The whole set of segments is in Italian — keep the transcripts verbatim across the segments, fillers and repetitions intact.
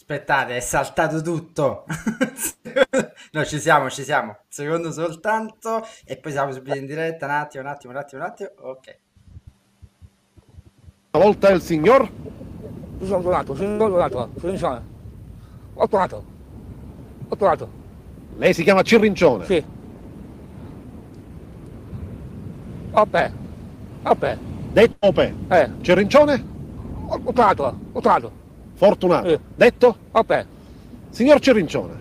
Aspettate, è saltato tutto. No, ci siamo, ci siamo. Secondo soltanto e poi siamo subito in diretta. Un attimo, un attimo, un attimo, un attimo. Ok. Una volta il signor Mi sono tornato, sono tornato, sono in Ho tornato. Ho tornato. Lei si chiama Cirrincione. Sì. Vabbè. Vabbè. Detto Ope. Eh. Cirrincione? Ho, ho tornato, ho tornato. Fortunato. Eh. Detto? Vabbè. Signor Cirrincione.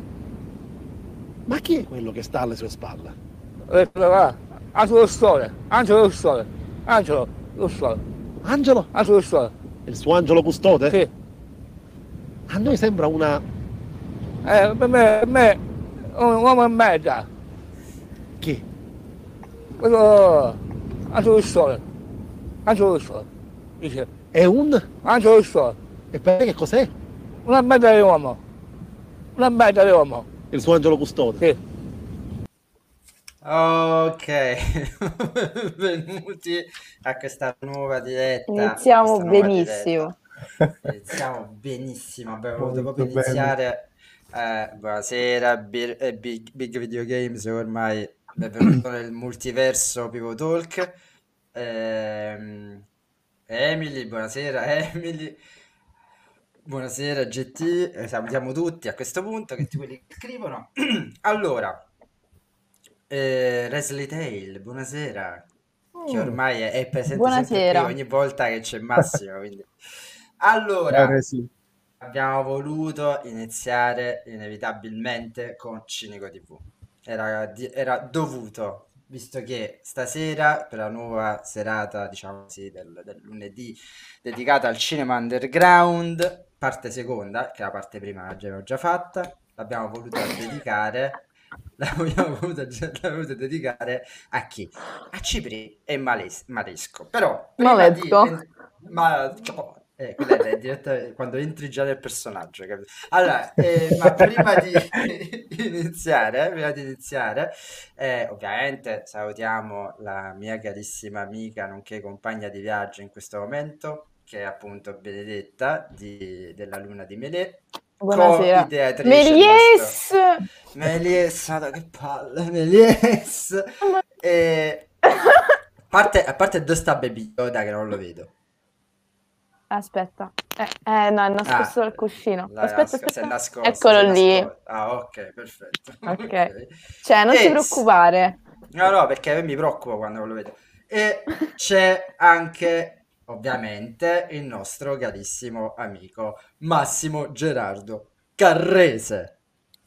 Ma chi è quello che sta alle sue spalle? Eh, va. Angelo lo Sole. Angelo lo Sole. Angelo lo Sole. Angelo? Angelo lo Sole. Il suo angelo custode? Sì. A noi sembra una... Eh, per me, per me, un uomo e mezza. Chi? Quello... Angelo lo Sole. Angelo lo Sole. Dice. È un... Angelo lo Sole. E per lei che cos'è? Una mezza di uomo. Una mezza di uomo. Il suo angelo custode? Sì. Ok. Benvenuti a questa nuova diretta. Iniziamo questa nuova benissimo. diretta. Iniziamo benissimo. Abbiamo voluto Molto proprio bene. iniziare. Eh, buonasera, Bir- eh, Big, Big Video Games. Ormai benvenuto nel multiverso Pivo Talk. Ehm, Emily, buonasera Emily. Buonasera G T, eh, salutiamo tutti a questo punto, che tutti quelli che scrivono. Allora, eh, Leslie Tail, buonasera, che ormai è, è presente sempre qui Buonasera. ogni volta che c'è Massimo. Quindi. Eh, Allora, sì. abbiamo voluto iniziare inevitabilmente con Cinico T V. Era, di- era dovuto, visto che stasera, per la nuova serata, diciamo così, del, del lunedì, dedicata al cinema underground, parte seconda, che la parte prima l'abbiamo già fatta, l'abbiamo voluta dedicare, l'abbiamo voluta, l'abbiamo voluta dedicare a chi? A Cipri e Males- Maresco. Però, prima di... Maledco. Ma... Eh, quella è diretta quando entri già nel personaggio, capito? Allora, eh, ma prima di iniziare, prima di iniziare, eh, ovviamente salutiamo la mia carissima amica, nonché compagna di viaggio in questo momento, che è appunto Benedetta di- della Luna di Melè, Buonasera. co-ideatrice di questo. Melies! Melies, madonna, che palle, Melies! E... A parte, a parte dove sta Baby Yoda che non lo vedo. Aspetta. Eh, eh, no, è nascosto Ah, dal cuscino. l'hai Aspetta, nasco- sei aspetta. nascosto, Eccolo sei lì. nascosto. Ah, ok, perfetto. Ok. Cioè, non E ti s- preoccupare. No, no, perché mi preoccupo quando lo vedo. E c'è anche, ovviamente, il nostro carissimo amico Massimo Gerardo Carrese.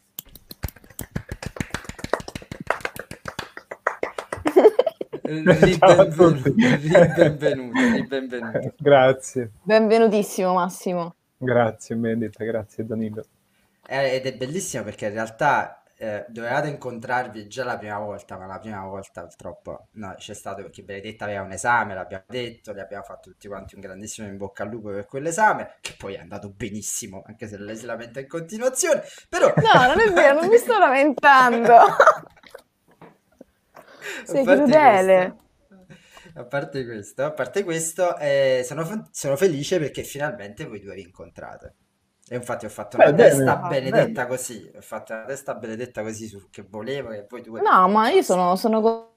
Ciao a tutti. Ribenvenuto, ribenvenuto. Grazie, Benvenutissimo, Massimo. grazie Benedetta, grazie Danilo. Eh, Ed è bellissimo perché in realtà eh, dovevate incontrarvi già la prima volta, ma la prima volta purtroppo no, c'è stato perché Benedetta aveva un esame, l'abbiamo detto, le abbiamo fatto tutti quanti un grandissimo in bocca al lupo per quell'esame, che poi è andato benissimo, anche se lei si lamenta in continuazione, però... No, non è vero, non mi sto lamentando. Sei A parte crudele. questo, a parte questo, a parte questo, eh, sono, fe- sono felice perché finalmente voi due vi incontrate. E infatti ho fatto una Beh, bene, testa Ah, benedetta così, ho fatto una testa benedetta così su che volevo che voi due vi no, ma io incontraste. sono, sono co-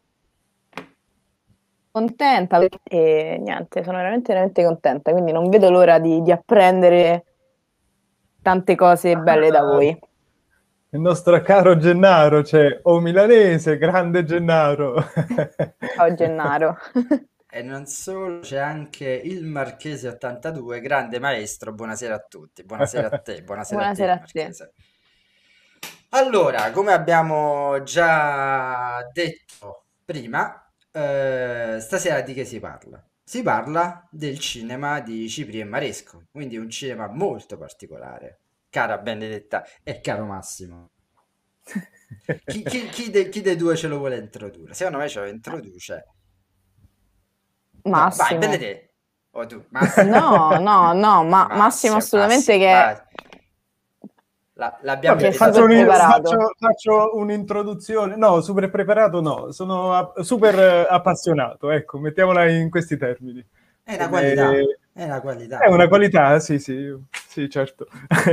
contenta perché- e niente, sono veramente, veramente contenta. Quindi non vedo l'ora di, di apprendere tante cose belle da voi. il nostro caro Gennaro, cioè, o milanese, grande Gennaro. Ciao Gennaro. E non solo, c'è anche il Marchese ottantadue, grande maestro, buonasera a tutti, buonasera a te, buonasera, Buonasera a te a te. Marchese. Allora, come abbiamo già detto prima, eh, stasera di che si parla? Si parla del cinema di Cipri e Maresco, quindi un cinema molto particolare, cara Benedetta e caro Massimo. Chi, chi- chi de- chi dei due ce lo vuole introdurre? Secondo me ce lo introduce. No, vai, Massimo. Benedetta. O tu, Massimo. No, no, no, ma Massimo assolutamente Massimo, che vai. La- l'abbiamo Che è invitato faccio, un- super preparato. faccio- faccio un'introduzione, no, super preparato no, sono a- super eh, appassionato, ecco, mettiamola in questi termini. È una come- qualità, è una qualità. È una qualità, sì, sì, sì, certo.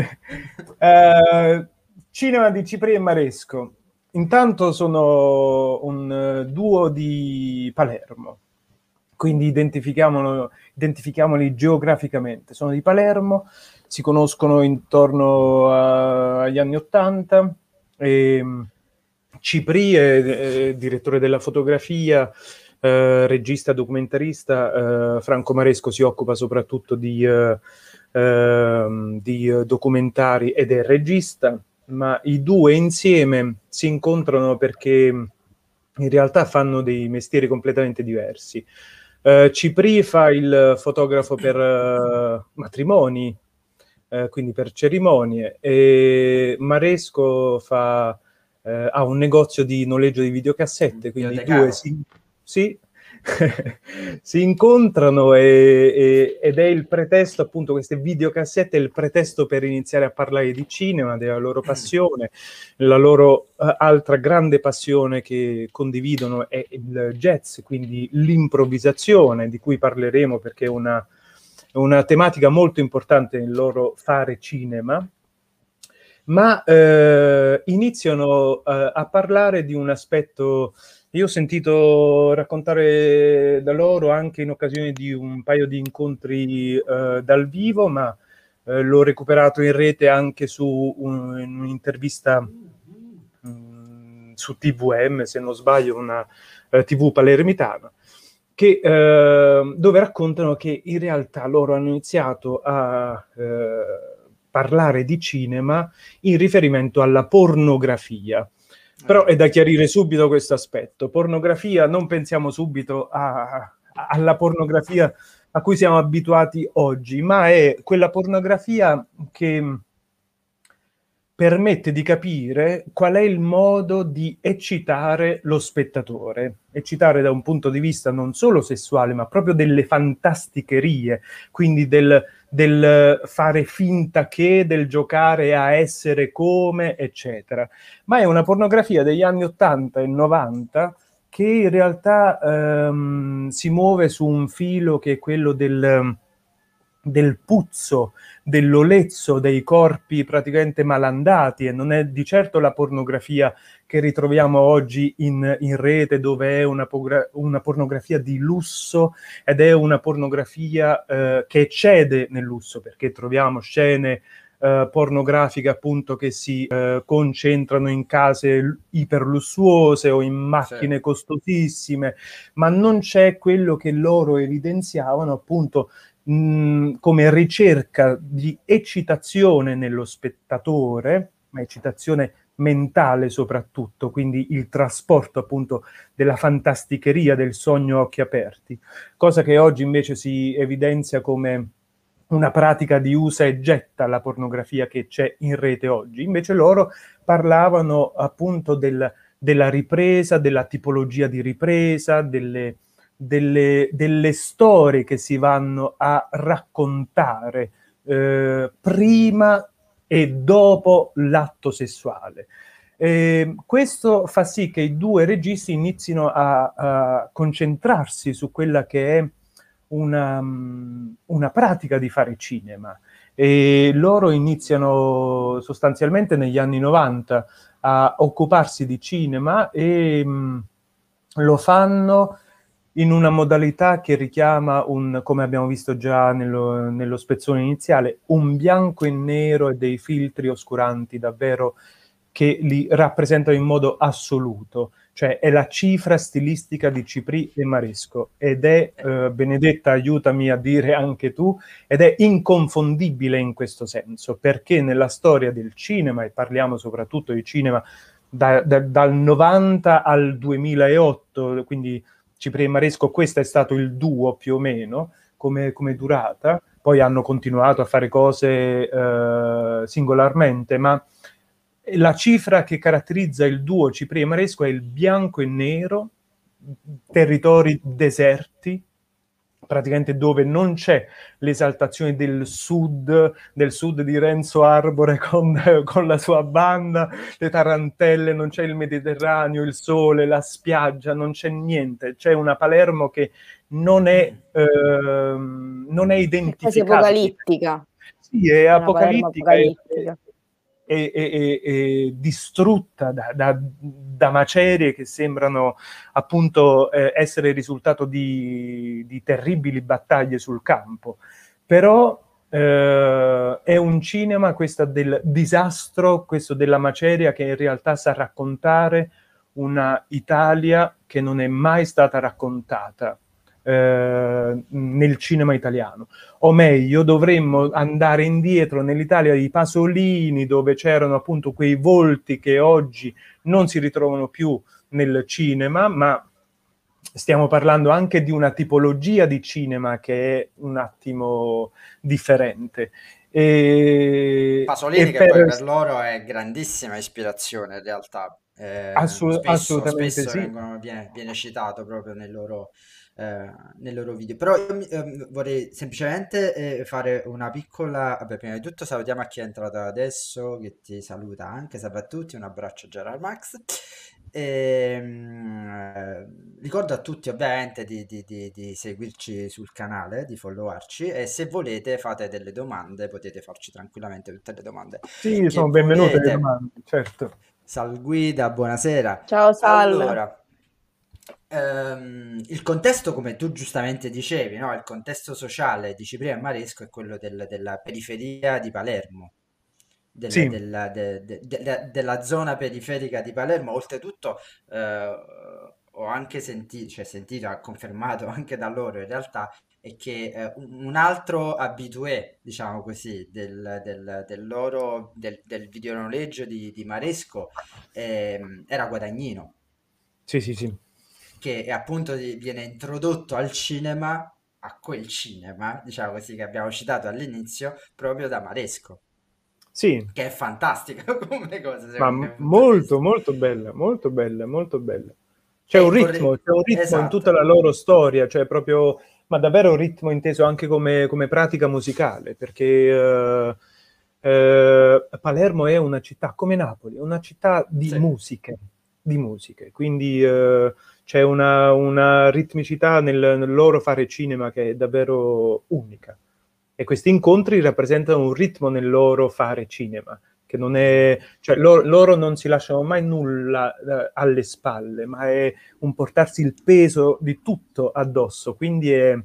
Eh, cinema di Cipri e Maresco. Intanto sono un eh, duo di Palermo, quindi identifichiamolo- identifichiamoli geograficamente. Sono di Palermo, si conoscono intorno a- agli anni Ottanta. E, mh, Cipri è, è direttore della fotografia, eh, regista, documentarista. eh, Franco Maresco si occupa soprattutto di, eh, ehm, di eh, documentari ed è regista, ma i due insieme si incontrano perché mh, in realtà fanno dei mestieri completamente diversi. Eh, Cipri fa il fotografo per eh, matrimoni, eh, quindi per cerimonie, e Maresco fa, eh, ha un negozio di noleggio di videocassette, quindi i Bibliotecario. due si, sì, si incontrano e, e- ed è il pretesto, appunto, queste videocassette è il pretesto per iniziare a parlare di cinema, della loro passione. La loro eh, altra grande passione che condividono è il jazz, quindi l'improvvisazione, di cui parleremo perché è una, una tematica molto importante nel loro fare cinema. Ma eh, iniziano eh, a parlare di un aspetto. Io ho sentito raccontare da loro anche in occasione di un paio di incontri eh, dal vivo, ma eh, l'ho recuperato in rete anche su un- in un'intervista mh, su T V M, se non sbaglio, una eh, T V palermitana, che, eh, dove raccontano che in realtà loro hanno iniziato a eh, parlare di cinema in riferimento alla pornografia. Però è da chiarire subito questo aspetto. Pornografia, non pensiamo subito a- alla pornografia a cui siamo abituati oggi, ma è quella pornografia che permette di capire qual è il modo di eccitare lo spettatore. Eccitare da un punto di vista non solo sessuale, ma proprio delle fantasticherie, quindi del, del fare finta che, del giocare a essere come, eccetera. Ma è una pornografia degli anni ottanta e novanta che in realtà ehm, si muove su un filo che è quello del, del puzzo, dell'olezzo dei corpi praticamente malandati, e non è di certo la pornografia che ritroviamo oggi in, in rete, dove è una, pogra- una pornografia di lusso, ed è una pornografia eh, che eccede nel lusso, perché troviamo scene eh, pornografiche appunto che si eh, concentrano in case l- iperlussuose o in macchine Sì. costosissime, ma non c'è quello che loro evidenziavano appunto mh, come ricerca di eccitazione nello spettatore, ma eccitazione mentale soprattutto, quindi il trasporto appunto della fantasticheria del sogno a occhi aperti, cosa che oggi invece si evidenzia come una pratica di usa e getta, la pornografia che c'è in rete oggi. Invece loro parlavano appunto del, della ripresa, della tipologia di ripresa, delle, delle, delle storie che si vanno a raccontare eh, prima e dopo l'atto sessuale. Eh, questo fa sì che i due registi inizino a, a concentrarsi su quella che è una, una pratica di fare cinema, e loro iniziano sostanzialmente negli anni novanta a occuparsi di cinema e mh, lo fanno in una modalità che richiama un, come abbiamo visto già nello, nello spezzone iniziale, un bianco e nero e dei filtri oscuranti davvero che li rappresentano in modo assoluto. Cioè è la cifra stilistica di Cipri e Maresco, ed è, eh, Benedetta, aiutami a dire anche tu, ed è inconfondibile in questo senso, perché nella storia del cinema, e parliamo soprattutto di cinema da, da, dal novanta al duemilaotto, quindi Cipri e Maresco, questo è stato il duo più o meno come, come durata, poi hanno continuato a fare cose eh, singolarmente, ma la cifra che caratterizza il duo Cipri e Maresco è il bianco e nero, territori deserti, praticamente dove non c'è l'esaltazione del sud, del sud di Renzo Arbore con, con la sua banda, le tarantelle, non c'è il Mediterraneo, il sole, la spiaggia, non c'è niente. C'è una Palermo che non è, ehm, non è È quasi identificabile. apocalittica. Sì, è È una Palermo apocalittica e, apocalittica. e- e- e- e distrutta da, da- da macerie che sembrano appunto eh, essere il risultato di, di terribili battaglie sul campo. Però eh, è un cinema, questo del disastro, questo della maceria, che in realtà sa raccontare una Italia che non è mai stata raccontata eh, nel cinema italiano. O meglio, dovremmo andare indietro nell'Italia di Pasolini, dove c'erano appunto quei volti che oggi non si ritrovano più nel cinema, ma stiamo parlando anche di una tipologia di cinema che è un attimo differente. E, Pasolini, e che per... poi per loro è grandissima ispirazione in realtà. Eh, Assu- spesso, assolutamente spesso sì. vengono- viene, viene citato proprio nei loro, eh, nei loro video. Però io mi- ehm, vorrei semplicemente eh, fare una piccola... Vabbè, prima di tutto salutiamo a chi è entrato adesso, che ti saluta anche, salve a tutti, un abbraccio a Gerard Max. Ehm, eh, ricordo a tutti ovviamente di, di- di- di seguirci sul canale, di followarci, e se volete fate delle domande, potete farci tranquillamente tutte le domande Sì, che sono benvenute le volete. domande, certo. Sal Guida, buonasera. Ciao Sal. Allora, ehm, il contesto, come tu giustamente dicevi, no? Il contesto sociale di Cipriano e Maresco è quello del- della periferia di Palermo, del- Sì, della, de- de- de- della zona periferica di Palermo. Oltretutto, eh, ho anche sentito, cioè sentito, ha confermato anche da loro in realtà, è che eh, un un altro abitué, diciamo così, del, del- del loro del, del videonoleggio di, di Maresco ehm, era Guadagnino, sì, sì, sì. che è appunto di- viene introdotto al cinema, a quel cinema, diciamo così, che abbiamo citato all'inizio, proprio da Maresco, Sì, che è fantastica come cosa, ma secondo m- il mio punto di molto, vista. molto bella, molto bella, molto bella. C'è E un vorrei... ritmo, c'è un ritmo in tutta Esatto. la loro storia, cioè proprio, ma davvero un ritmo inteso anche come, come pratica musicale, perché eh, eh, Palermo è una città come Napoli, è una città di Sì. musiche, di musiche, quindi eh, c'è una, una ritmicità nel, nel loro fare cinema che è davvero unica. E questi incontri rappresentano un ritmo nel loro fare cinema, che non è, cioè loro, loro non si lasciano mai nulla eh, alle spalle, ma è un portarsi il peso di tutto addosso, quindi è,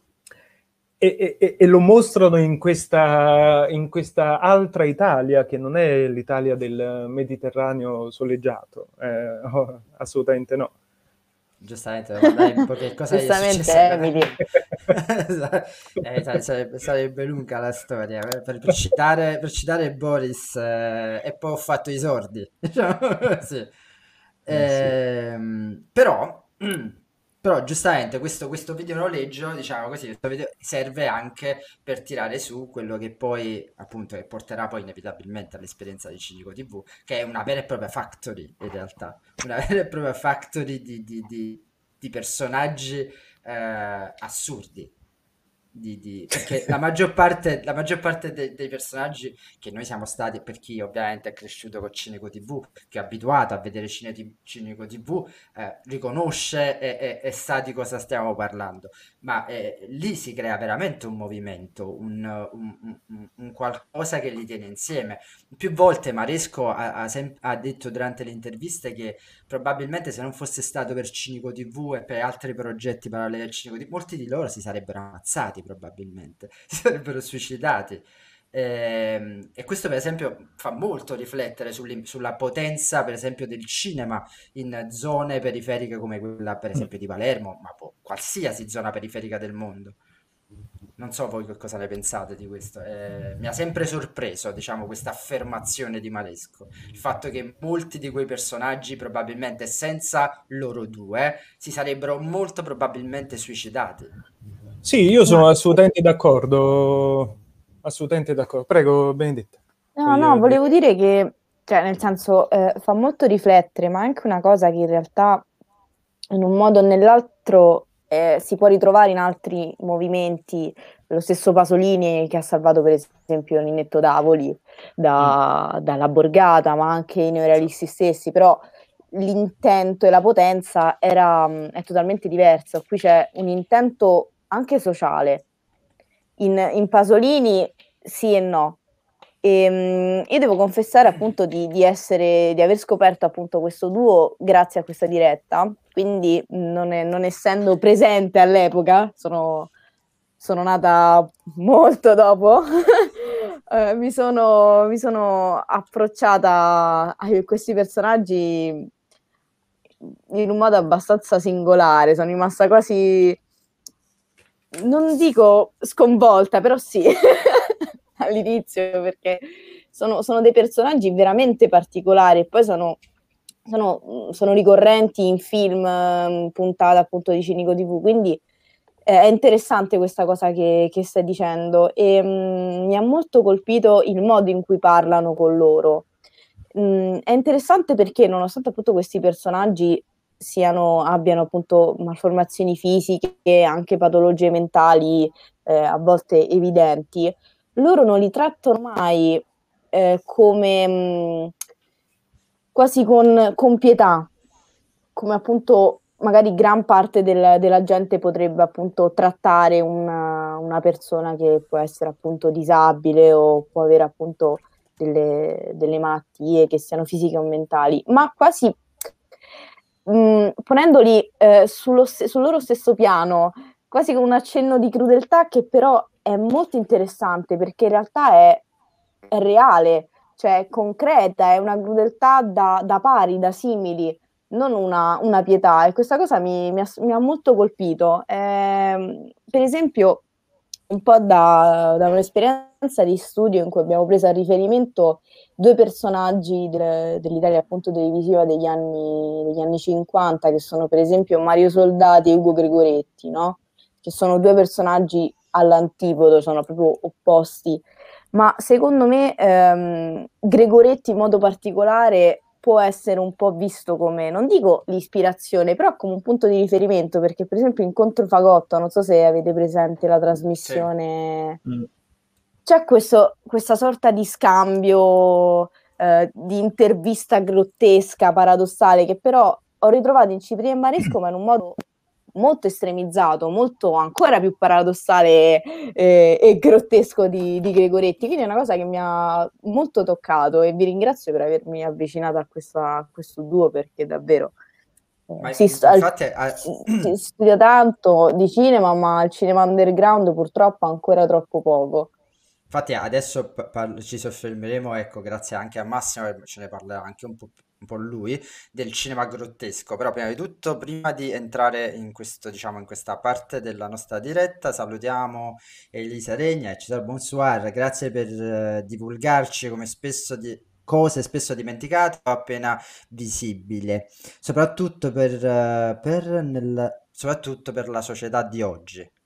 e, e- e lo mostrano in questa, in questa altra Italia, che non è l'Italia del Mediterraneo soleggiato, eh, oh, assolutamente no. Giustamente, domandai un po' che cosa gli è Giustamente, successo a Emily. Guadagnino. Eh, sai, sarebbe, sarebbe lunga la storia, eh, per, per citare, per citare Boris, eh, e poi ho fatto i sordi, diciamo così. Eh, sì. Ehm, però, però giustamente questo, questo videonoleggio, diciamo così, questo video serve anche per tirare su quello che poi, appunto, che porterà poi inevitabilmente all'esperienza di Cinico T V, che è una vera e propria factory in realtà, una vera e propria factory di, di- di- di personaggi eh, assurdi. Di, di- perché la maggior parte, la maggior parte de- dei personaggi che noi siamo stati, per chi ovviamente è cresciuto con Cineco T V, che è abituato a vedere Cine- Cineco T V, eh, riconosce e, e- e sa di cosa stiamo parlando. Ma eh, lì si crea veramente un movimento, un, un- un- un qualcosa che li tiene insieme. Più volte Maresco ha, ha sem- ha detto durante le interviste che probabilmente se non fosse stato per Cinico T V e per altri progetti paralleli al Cinico T V, molti di loro si sarebbero ammazzati probabilmente, si sarebbero suicidati. Ehm, E, questo per esempio fa molto riflettere sulle- sulla potenza per esempio del cinema in zone periferiche come quella per esempio di Palermo, ma po- qualsiasi zona periferica del mondo. Non so voi che cosa ne pensate di questo. Eh, mi ha sempre sorpreso, diciamo, questa affermazione di Maresco. Il fatto che molti di quei personaggi, probabilmente senza loro due, si sarebbero molto probabilmente suicidati. Sì, io sono Ma assolutamente d'accordo, assolutamente d'accordo. Prego, Benedetta. no, Puoi, no, eh, dire. volevo dire che, cioè, nel senso, eh, fa molto riflettere, ma anche una cosa che in realtà, in un modo o nell'altro, eh, si può ritrovare in altri movimenti. Lo stesso Pasolini che ha salvato, per esempio, Ninetto Davoli Mm, da- dalla borgata, ma anche i neorealisti stessi. Però l'intento e la potenza era, mh, è totalmente diverso. Qui c'è un intento anche sociale. In, in Pasolini sì e no. E, mh, io devo confessare appunto di, di essere, di aver scoperto appunto questo duo grazie a questa diretta, quindi non, è- non essendo presente all'epoca, sono, sono nata molto dopo, eh, mi sono, mi sono approcciata a questi personaggi in un modo abbastanza singolare, sono rimasta quasi, non dico sconvolta, però sì, all'inizio, perché sono, sono dei personaggi veramente particolari e poi sono, sono, sono ricorrenti in film, eh, puntate appunto di Cinico T V, quindi eh, è interessante questa cosa che, che stai dicendo e mh, mi ha molto colpito il modo in cui parlano con loro. Mh, è interessante perché nonostante appunto questi personaggi siano, abbiano appunto malformazioni fisiche e anche patologie mentali eh, a volte evidenti, loro non li trattano mai eh, come mh, quasi con, con pietà, come appunto magari gran parte del- della gente potrebbe appunto trattare una, una persona che può essere appunto disabile o può avere appunto delle, delle malattie che siano fisiche o mentali, ma quasi mh, ponendoli eh, sullo st- sul loro stesso piano, quasi con un accenno di crudeltà che però è molto interessante perché in realtà è, è reale, cioè è concreta, è una crudeltà da, da pari, da simili, non una, una pietà. E questa cosa mi, mi ha, mi ha molto colpito. Ehm, per esempio, un po' da, da un'esperienza di studio in cui abbiamo preso a riferimento due personaggi del- dell'Italia appunto televisiva degli anni, degli anni cinquanta, che sono per esempio Mario Soldati e Ugo Gregoretti, no? Che sono due personaggi all'antipodo, sono proprio opposti. Ma secondo me ehm, Gregoretti in modo particolare può essere un po' visto come, non dico l'ispirazione, però come un punto di riferimento, perché per esempio Incontro Fagotto, non so se avete presente la Sì. trasmissione, Mm. c'è questo, questa sorta di scambio, eh, di intervista grottesca, paradossale, che però ho ritrovato in Cipriani e Maresco, ma in un modo molto estremizzato, molto ancora più paradossale eh, e grottesco di, di Gregoretti. Quindi è una cosa che mi ha molto toccato e vi ringrazio per avermi avvicinato a, questa, a questo duo perché davvero Ma eh, si, in- st- al- infatti, a- si studia tanto di cinema, ma il cinema underground purtroppo ancora troppo poco. infatti adesso pa- par- ci soffermeremo, ecco, grazie anche a Massimo, che ce ne parlerà anche un po', un po' lui, del cinema grottesco. Però prima di tutto, prima di entrare in questo, diciamo, in questa parte della nostra diretta, salutiamo Elisa Regna e Cesare Bonsoir. Grazie per eh, divulgarci come spesso di cose spesso dimenticate o appena visibili, soprattutto per, eh, per nel- soprattutto per la società di oggi. Eh,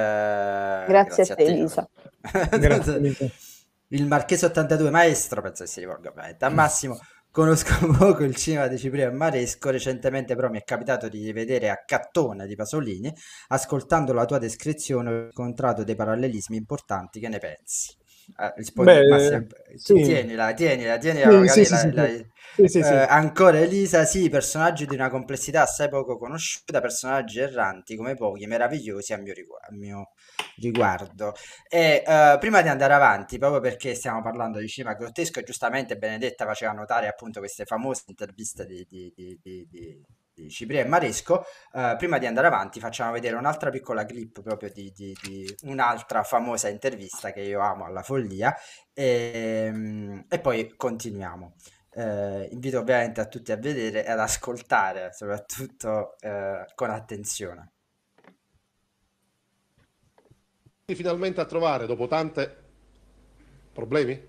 Grazie a grazie a te, te. Elisa. Grazie, Elisa. Il Marchese ottantadue maestro, penso che si rivolga ovviamente a Massimo. Conosco poco il cinema di Cipriano e Maresco, recentemente però mi è capitato di rivedere Accattone di Pasolini. Ascoltando la tua descrizione ho incontrato dei parallelismi importanti, che ne pensi? Eh, rispondi, Massimo, Beh, sì. tienila, tienila, tienila, Sì, sì, magari sì, la, sì, la- sì. Sì, sì, eh, sì. ancora Elisa, sì, personaggi di una complessità assai poco conosciuta, personaggi erranti come pochi, meravigliosi a mio, rigu- a mio riguardo. E eh, prima di andare avanti, proprio perché stiamo parlando di cinema grottesco, e giustamente Benedetta faceva notare appunto queste famose interviste di, di, di, di, di, di Cipriano e Maresco, eh, prima di andare avanti facciamo vedere un'altra piccola clip proprio di, di, di un'altra famosa intervista che io amo alla follia e, e poi continuiamo. Eh, invito ovviamente a tutti a vedere e ad ascoltare, soprattutto eh, con attenzione. Finalmente a trovare dopo tante problemi?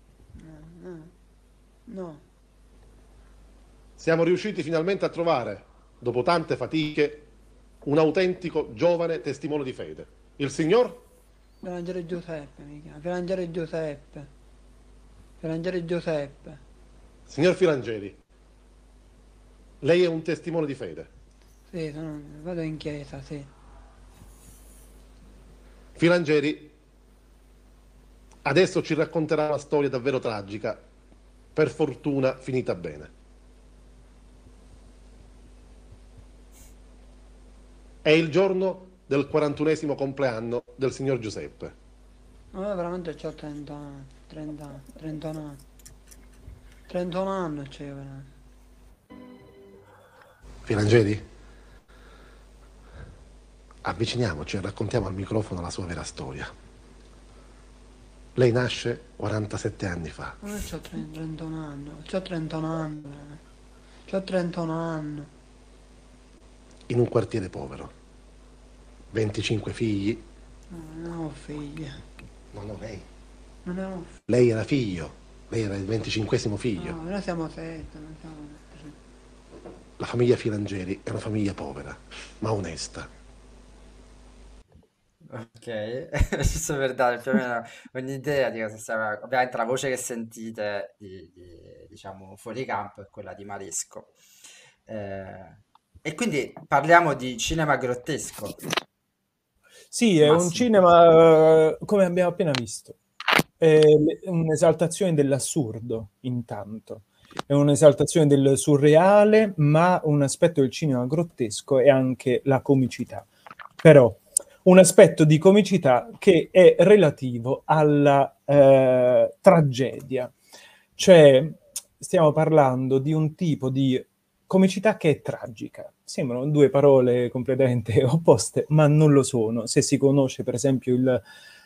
No, Siamo riusciti finalmente a trovare, dopo tante fatiche, un autentico giovane testimone di fede. Il signor? Filangiere Giuseppe, mi chiama. Filangiere Giuseppe. Filangiere Giuseppe. Signor Filangeri, lei è un testimone di fede. Sì, sono, vado in chiesa, sì. Filangeri adesso ci racconterà una storia davvero tragica, per fortuna finita bene. È il giorno del quarantunesimo compleanno del signor Giuseppe. Ma io veramente ho trenta anni, trenta, trentuno anni. trentuno anni c'è veramente. Filangieri, avviciniamoci e raccontiamo al microfono la sua vera storia. Lei nasce quarantasette anni fa. Ma io ho trentuno anni, ho trentuno anni, ho trentuno anni. In un quartiere povero. venticinque figli. No, non ho figli. Non ho lei. Non ho figli. Lei era figlio. Lei era il venticinquesimo figlio. No, noi siamo sette, non siamo sette. La famiglia Filangieri è una famiglia povera, ma onesta. Ok, giusto per dare più o meno un'idea di cosa stava. Ovviamente la voce che sentite di, di- diciamo fuori campo è quella di Maresco. Eh, e quindi parliamo di cinema grottesco, Sì, è un Massimo. cinema, eh, come abbiamo appena visto, è le- un'esaltazione dell'assurdo, intanto. È un'esaltazione del surreale, ma un aspetto del cinema grottesco è anche la comicità. Però un aspetto di comicità che è relativo alla eh, tragedia. Cioè, stiamo parlando di un tipo di comicità che è tragica. Sembrano due parole completamente opposte, ma non lo sono. Se si conosce, per esempio, il,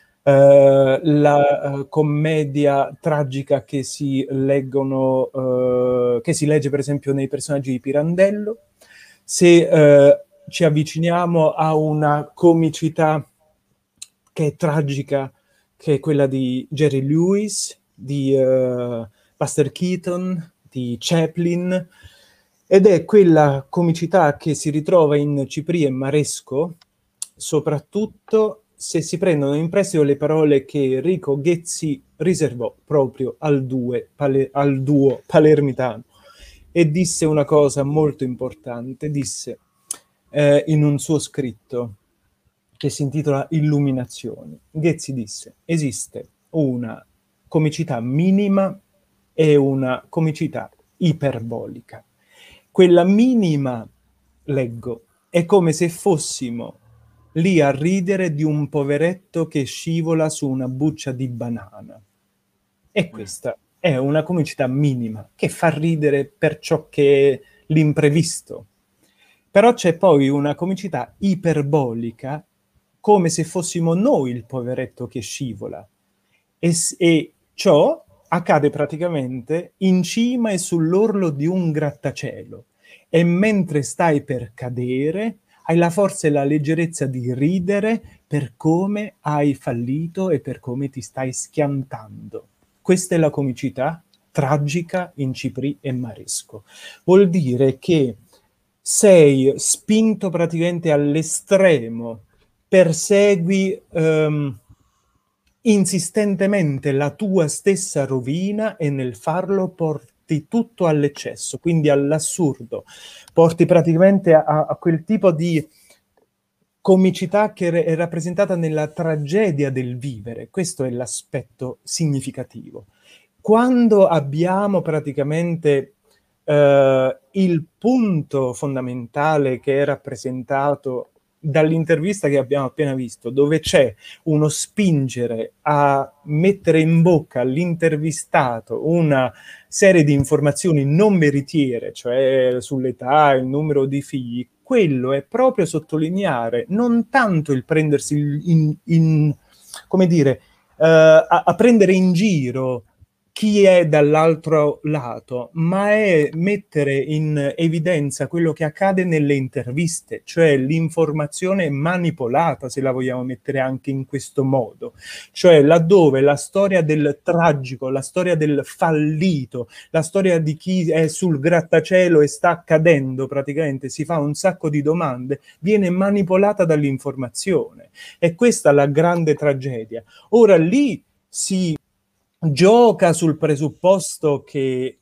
eh, la eh, commedia tragica che si leggono, eh, che si legge, per esempio, nei personaggi di Pirandello, se eh, ci avviciniamo a una comicità che è tragica, che è quella di Jerry Lewis, di eh, Buster Keaton, di Chaplin, ed è quella comicità che si ritrova in Cipri e Maresco, soprattutto se si prendono in prestito le parole che Enrico Ghezzi riservò proprio al, due, pale, al duo palermitano, e disse una cosa molto importante, disse eh, in un suo scritto che si intitola Illuminazioni, Ghezzi disse: esiste una comicità minima e una comicità iperbolica. Quella minima, leggo, è come se fossimo lì a ridere di un poveretto che scivola su una buccia di banana. E questa è una comicità minima che fa ridere per ciò che è l'imprevisto. Però c'è poi una comicità iperbolica, come se fossimo noi il poveretto che scivola. E, e ciò accade praticamente in cima e sull'orlo di un grattacielo. E mentre stai per cadere, hai la forza e la leggerezza di ridere per come hai fallito e per come ti stai schiantando. Questa è la comicità tragica in Cipri e Maresco. Vuol dire che sei spinto praticamente all'estremo, persegui um, insistentemente la tua stessa rovina e nel farlo porti tutto all'eccesso, quindi all'assurdo. Porti praticamente a, a quel tipo di comicità che è rappresentata nella tragedia del vivere. Questo è l'aspetto significativo. Quando abbiamo praticamente eh, il punto fondamentale che è rappresentato dall'intervista che abbiamo appena visto, dove c'è uno spingere a mettere in bocca all'intervistato una serie di informazioni non veritiere, cioè sull'età, il numero di figli, quello è proprio sottolineare non tanto il prendersi in, in come dire, uh, a, a prendere in giro chi è dall'altro lato, ma è mettere in evidenza quello che accade nelle interviste, cioè l'informazione manipolata, se la vogliamo mettere anche in questo modo, cioè laddove la storia del tragico, la storia del fallito, la storia di chi è sul grattacielo e sta cadendo, praticamente si fa un sacco di domande, viene manipolata dall'informazione. E questa è la grande tragedia. Ora lì si gioca sul presupposto che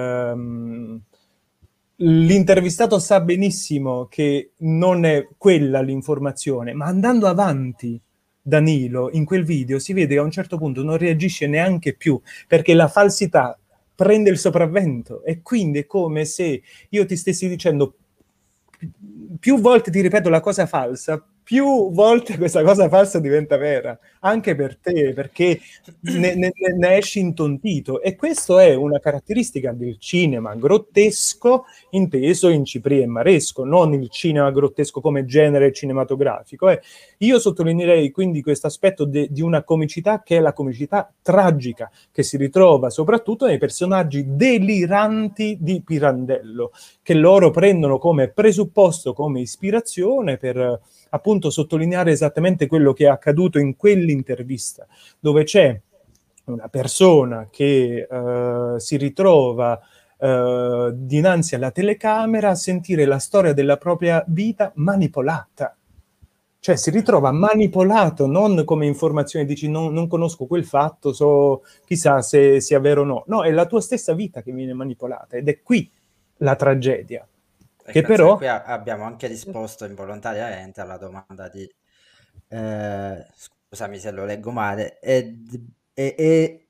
ehm, l'intervistato sa benissimo che non è quella l'informazione, ma andando avanti Danilo in quel video si vede che a un certo punto non reagisce neanche più, perché la falsità prende il sopravvento, e quindi è come se io ti stessi dicendo più volte ti ripeto la cosa falsa, più volte questa cosa falsa diventa vera, anche per te, perché ne, ne, ne esci intontito. E questo è una caratteristica del cinema grottesco inteso in Cipria e Maresco, non il cinema grottesco come genere cinematografico. Eh. Io sottolineerei quindi questo aspetto de, di una comicità che è la comicità tragica, che si ritrova soprattutto nei personaggi deliranti di Pirandello, che loro prendono come presupposto, come ispirazione per appunto sottolineare esattamente quello che è accaduto in quell'intervista, dove c'è una persona che uh, si ritrova uh, dinanzi alla telecamera a sentire la storia della propria vita manipolata. Cioè si ritrova manipolato, non come informazione, dici non, non conosco quel fatto, so chissà se sia vero o no. No, è la tua stessa vita che viene manipolata ed è qui la tragedia. Che però... Qui abbiamo anche risposto involontariamente alla domanda di, eh, scusami se lo leggo male, ed, e, e,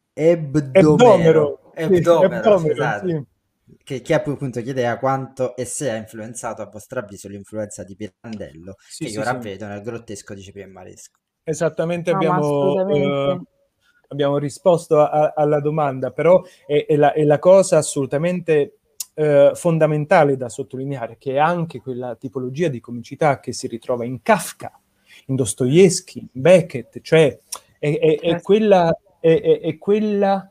Ebdomero, Ebdomero, sì, Ebdomero, Ebdomero, scusate, sì. che, che appunto chiedeva quanto e se ha influenzato a vostro avviso l'influenza di Pirandello, Sì, che sì, io ora sì. vedo nel grottesco di Cipria e Maresco. Esattamente, No, ma abbiamo, assolutamente. eh, abbiamo risposto a- a- alla domanda, però è, è la, è la cosa assolutamente eh, fondamentale da sottolineare, che è anche quella tipologia di comicità che si ritrova in Kafka, in Dostoevsky, in Beckett, cioè è, è- è quella, è- è- è quella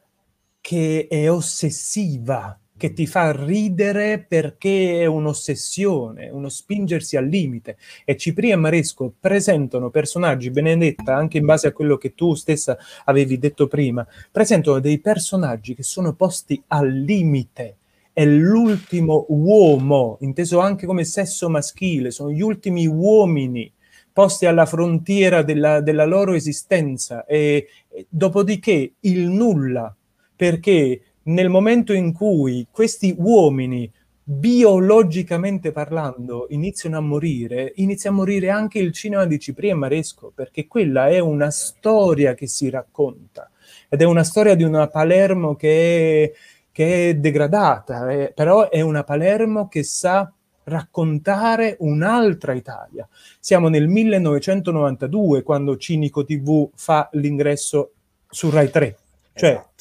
che è ossessiva, che ti fa ridere perché è un'ossessione, uno spingersi al limite. E Cipria e Maresco presentano personaggi, Benedetta, anche in base a quello che tu stessa avevi detto prima, presentano dei personaggi che sono posti al limite. È l'ultimo uomo, inteso anche come sesso maschile, sono gli ultimi uomini posti alla frontiera della, della loro esistenza e, e dopodiché il nulla, perché nel momento in cui questi uomini, biologicamente parlando, iniziano a morire, inizia a morire anche il cinema di Cipria e Maresco, perché quella è una storia che si racconta, ed è una storia di una Palermo che è, che è degradata, eh, però è una Palermo che sa raccontare un'altra Italia. Siamo nel millenovecentonovantadue, quando Cinico tivù fa l'ingresso su Rai tre. Cioè, Esatto.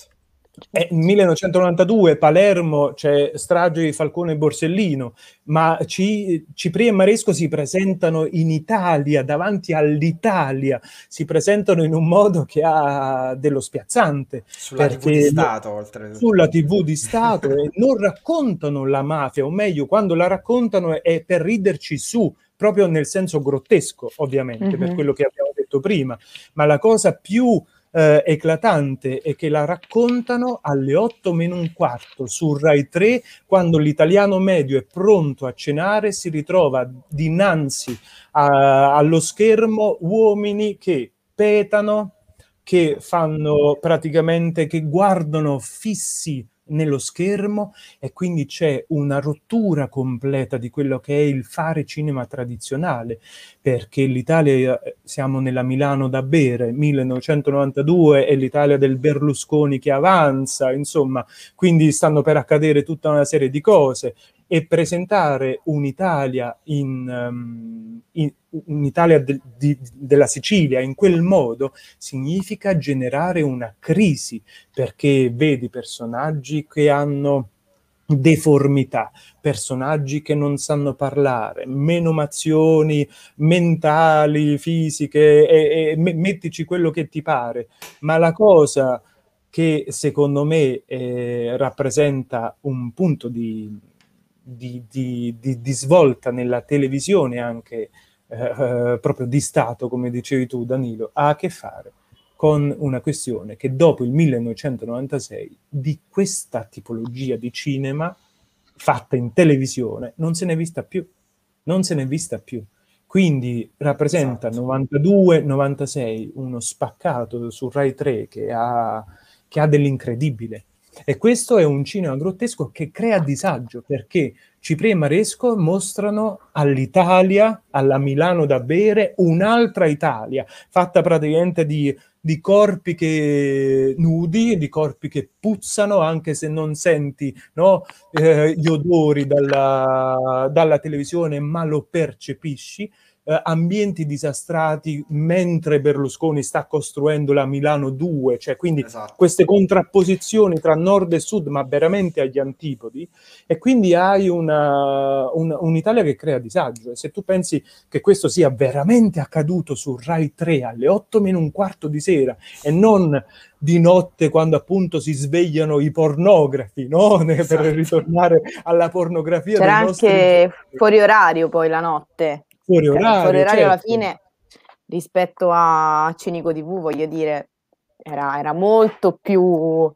è millenovecentonovantadue, Palermo, c'è strage di Falcone e Borsellino, ma Ci, Cipria e Maresco si presentano in Italia, davanti all'Italia, si presentano in un modo che ha dello spiazzante. Sulla tivù di Stato, oltretutto. Sulla tivù di Stato, e non raccontano la mafia, o meglio, quando la raccontano è per riderci su, proprio nel senso grottesco, ovviamente, Mhm. per quello che abbiamo detto prima, ma la cosa più eh, eclatante è che la raccontano alle otto meno un quarto su Rai tre, quando l'italiano medio è pronto a cenare, si ritrova dinanzi a, allo schermo uomini che petano, che fanno praticamente, che guardano fissi nello schermo, e quindi c'è una rottura completa di quello che è il fare cinema tradizionale, perché l'Italia, siamo nella Milano da bere, millenovecentonovantadue, è l'Italia del Berlusconi che avanza, insomma, quindi stanno per accadere tutta una serie di cose, e presentare un'Italia in, um, in un'Italia de, di, della Sicilia in quel modo significa generare una crisi, perché vedi personaggi che hanno deformità, personaggi che non sanno parlare, menomazioni mentali, fisiche, e, e mettici quello che ti pare, ma la cosa che secondo me eh, rappresenta un punto di, di, di, di, di svolta nella televisione anche eh, proprio di Stato, come dicevi tu Danilo, ha a che fare con una questione che dopo il millenovecentonovantasei di questa tipologia di cinema fatta in televisione non se n'è vista più, non se n'è vista più. Quindi rappresenta Esatto. novantadue novantasei uno spaccato su Rai tre che ha, che ha dell'incredibile. E questo è un cinema grottesco che crea disagio, perché Cipria e Maresco mostrano all'Italia, alla Milano da bere, un'altra Italia, fatta praticamente di di corpi che nudi, di corpi che puzzano, anche se non senti, no, eh, gli odori dalla, dalla televisione, ma lo percepisci. Eh, ambienti disastrati mentre Berlusconi sta costruendo la Milano due, cioè quindi Esatto. queste contrapposizioni tra nord e sud, ma veramente agli antipodi, e quindi hai una, un, un'Italia che crea disagio. E se tu pensi che questo sia veramente accaduto su Rai tre alle otto meno un quarto di sera e non di notte quando appunto si svegliano i pornografi, no? Per Esatto. ritornare alla pornografia C'era dei nostri anche giorni. fuori orario poi la notte. Fuori Cioè, orario, fuori orario alla certo. fine, rispetto a Cinico T V, voglio dire, era, era molto più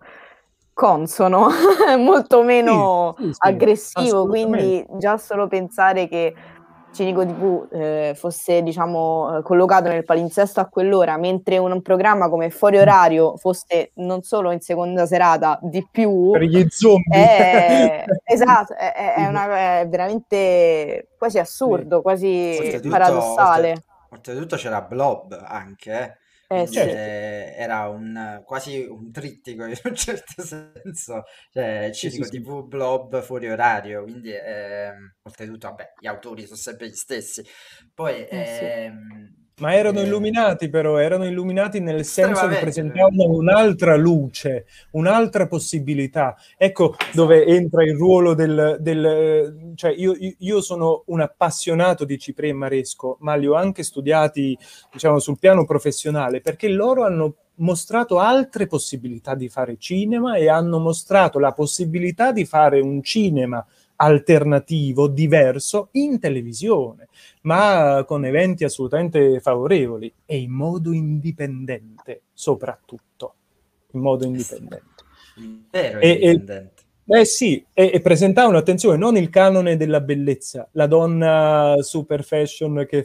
consono, molto meno Sì, sì, sì, aggressivo, assolutamente. quindi già solo pensare che Cinico T V eh, fosse, diciamo, eh, collocato nel palinsesto a quell'ora, mentre un programma come Fuori Orario fosse non solo in seconda serata, di più, Per gli zombie. è, esatto, è, è- è una- è veramente quasi assurdo, quasi Oltretutto, paradossale. oltre- oltretutto c'era Blob anche, eh. Eh Quindi sì. Certo. eh, era un, quasi un trittico in un certo senso, cioè Sì, sì, Cinico sì. T V, Blob, Fuori Orario, quindi ehm, oltretutto, vabbè, gli autori sono sempre gli stessi. Poi, Eh sì. ehm, Ma erano eh, illuminati, però erano illuminati nel senso che estremamente, presentavano un'altra luce, un'altra possibilità. Ecco dove esatto. entra il ruolo del... del cioè io, io sono un appassionato di Ciprè e Maresco, ma li ho anche studiati, diciamo, sul piano professionale, perché loro hanno mostrato altre possibilità di fare cinema e hanno mostrato la possibilità di fare un cinema alternativo, diverso, in televisione, ma con eventi assolutamente favorevoli e in modo indipendente, soprattutto, in modo indipendente. Vero, E, e, indipendente. eh sì, e, e presentavano, attenzione, non il canone della bellezza, la donna super fashion che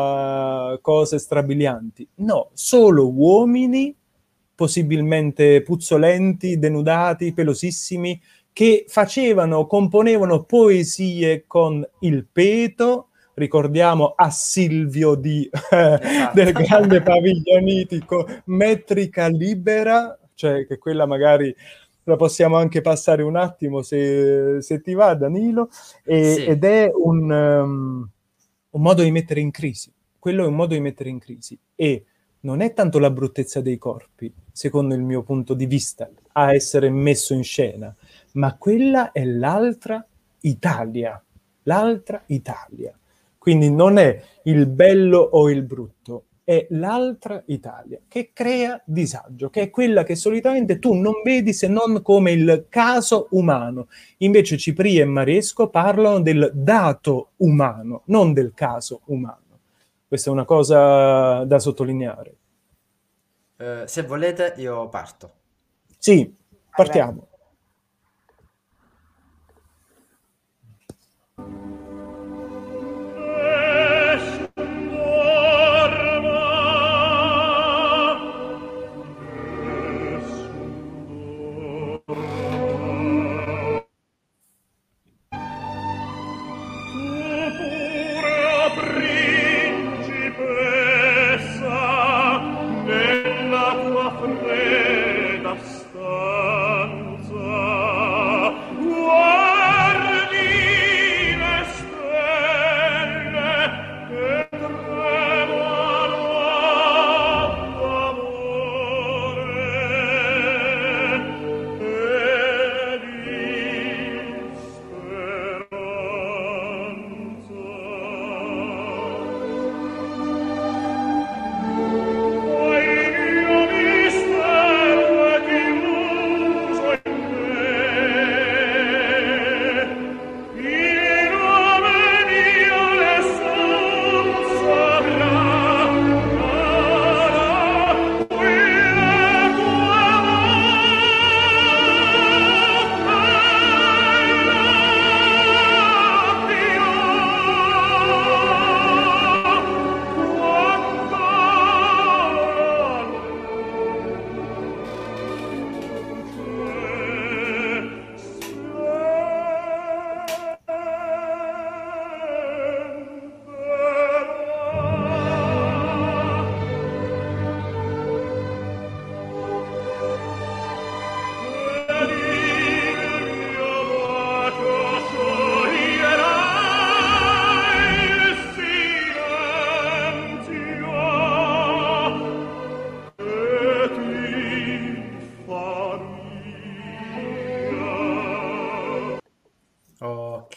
fa cose strabilianti, no, solo uomini, possibilmente puzzolenti, denudati, pelosissimi, che facevano, componevano poesie con il peto. Ricordiamo a Silvio di, Esatto. del grande Paviglianitico, Metrica Libera, cioè che quella magari la possiamo anche passare un attimo se, se ti va, Danilo, e, Sì. ed è un, um, un modo di mettere in crisi. Quello è un modo di mettere in crisi e non è tanto la bruttezza dei corpi, secondo il mio punto di vista, a essere messo in scena, ma quella è l'altra Italia, l'altra Italia. Quindi non è il bello o il brutto, è l'altra Italia che crea disagio, che è quella che solitamente tu non vedi se non come il caso umano. Invece Cipri e Maresco parlano del dato umano, non del caso umano. Questa è una cosa da sottolineare. Eh, se volete, io parto. Sì, Vai, partiamo. Nella tua fredda stanza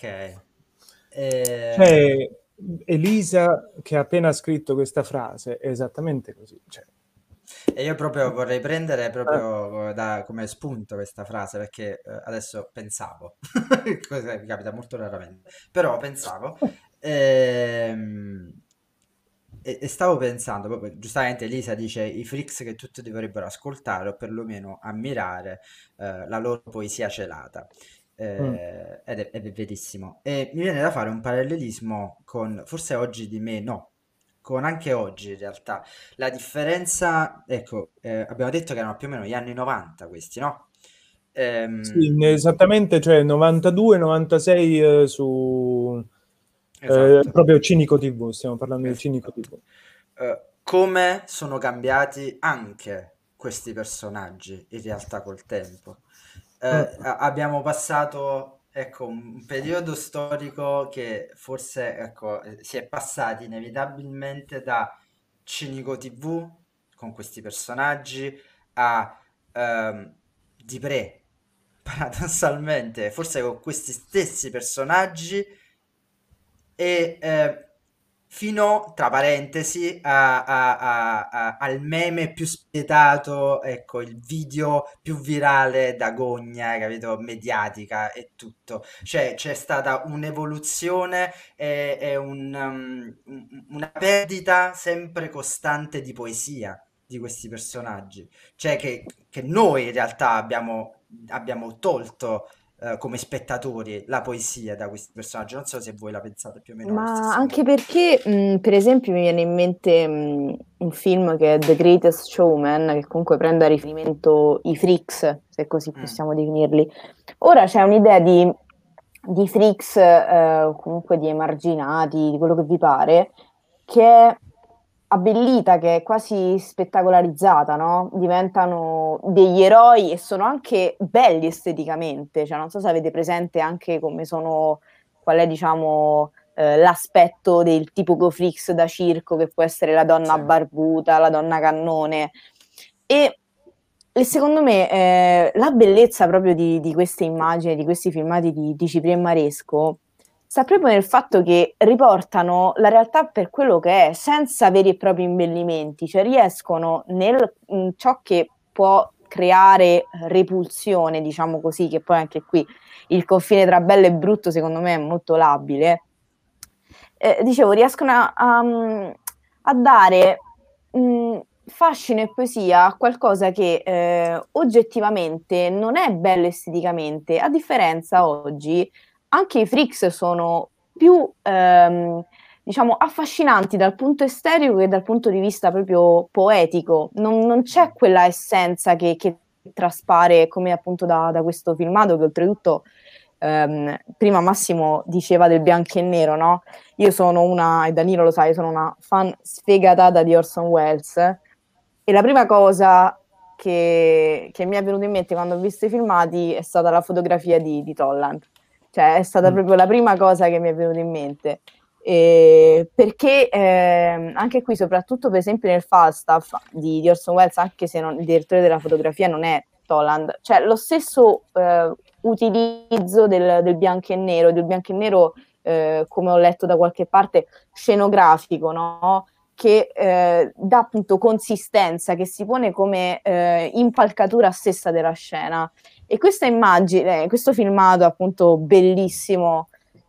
Ok. Eh, C'è Elisa che ha appena scritto questa frase, è esattamente così. Cioè, E io proprio vorrei prendere eh, proprio da, come spunto questa frase perché eh, adesso pensavo, cosa mi capita molto raramente, però pensavo ehm, e, e stavo pensando, proprio, giustamente Elisa dice i freaks che tutti dovrebbero ascoltare o perlomeno ammirare eh, la loro poesia celata. mm. Eh, ed è, ed è verissimo. E mi viene da fare un parallelismo con, forse oggi di me, no, con anche oggi in realtà. La differenza, ecco, eh, abbiamo detto che erano più o meno gli anni novanta questi, no? Sì, Ehm, esattamente, cioè novantadue novantasei eh, su eh, esatto, proprio Cinico T V, stiamo parlando di Cinico esatto. T V. Eh, come sono cambiati anche questi personaggi in realtà col tempo. Eh, Mm. a- abbiamo passato, ecco, un periodo storico che forse, ecco, eh, si è passati inevitabilmente da Cinico T V con questi personaggi a ehm, Di Pre, paradossalmente, forse con questi stessi personaggi e eh, fino, tra parentesi, a- a- a- a- al meme più spietato, ecco, il video più virale da gogna, capito? Mediatica e tutto. Cioè, c'è stata un'evoluzione e, e un, um, un- una perdita sempre costante di poesia di questi personaggi. Cioè, che, che noi in realtà abbiamo, abbiamo tolto eh, come spettatori la poesia da questi personaggi. Non so se voi la pensate più o meno allo Ma stesso modo. anche perché, mh, per esempio, mi viene in mente mh, un film che è The Greatest Showman, che comunque prende a riferimento i freaks, se così Mm, possiamo definirli. Ora c'è un'idea di, di freaks, eh, o comunque di emarginati, di quello che vi pare, che è abbellita, che è quasi spettacolarizzata, no? Diventano degli eroi e sono anche belli esteticamente, cioè non so se avete presente anche come sono, qual è, diciamo, eh, l'aspetto del tipico Flix da circo, che può essere la donna sì. barbuta, la donna cannone. E, e secondo me eh, la bellezza proprio di, di queste immagini, di questi filmati di, di Cipriano Maresco, sta proprio nel fatto che riportano la realtà per quello che è, senza veri e propri imbellimenti, cioè riescono nel in ciò che può creare repulsione, diciamo così, che poi anche qui il confine tra bello e brutto secondo me è molto labile. Eh, dicevo, riescono a, a- a dare mh, fascino e poesia a qualcosa che eh, oggettivamente non è bello esteticamente, a differenza oggi anche i freaks sono più, ehm, diciamo, affascinanti dal punto estetico che dal punto di vista proprio poetico. Non, non c'è Mm, quella essenza che, che traspare come appunto da, da questo filmato che oltretutto, ehm, prima Massimo diceva del bianco e nero, no? Io sono una, e Danilo lo sa, io sono una fan sfegatata di Orson Welles e la prima cosa che, che mi è venuta in mente quando ho visto i filmati è stata la fotografia di, di Tolland. Cioè, è stata Mm. proprio la prima cosa che mi è venuta in mente. E perché ehm, anche qui, soprattutto per esempio nel Falstaff di, di Orson Welles, anche se non- il direttore della fotografia non è Toland, cioè lo stesso eh, utilizzo del, del bianco e nero, del bianco e nero eh, come ho letto da qualche parte, scenografico, no? Che eh, dà appunto consistenza, che si pone come eh, impalcatura stessa della scena. E questa immagine, questo filmato appunto bellissimo,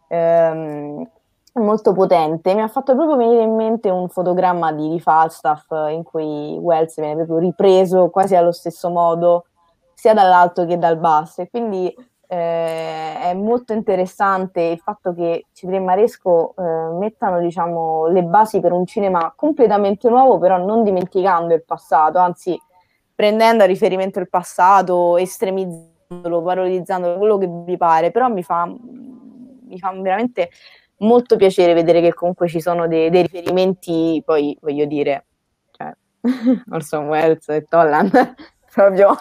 ehm, molto potente, mi ha fatto proprio venire in mente un fotogramma di, di Falstaff in cui Wells viene proprio ripreso quasi allo stesso modo, sia dall'alto che dal basso. E quindi eh, è molto interessante il fatto che Cipriano e Maresco eh, mettano, diciamo, le basi per un cinema completamente nuovo, però non dimenticando il passato, anzi prendendo a riferimento il passato, estremizzandolo, parodizzandolo, quello che vi pare, però mi fa, mi fa veramente molto piacere vedere che comunque ci sono dei, dei riferimenti, poi voglio dire, cioè, Orson Welles e Tolland, proprio,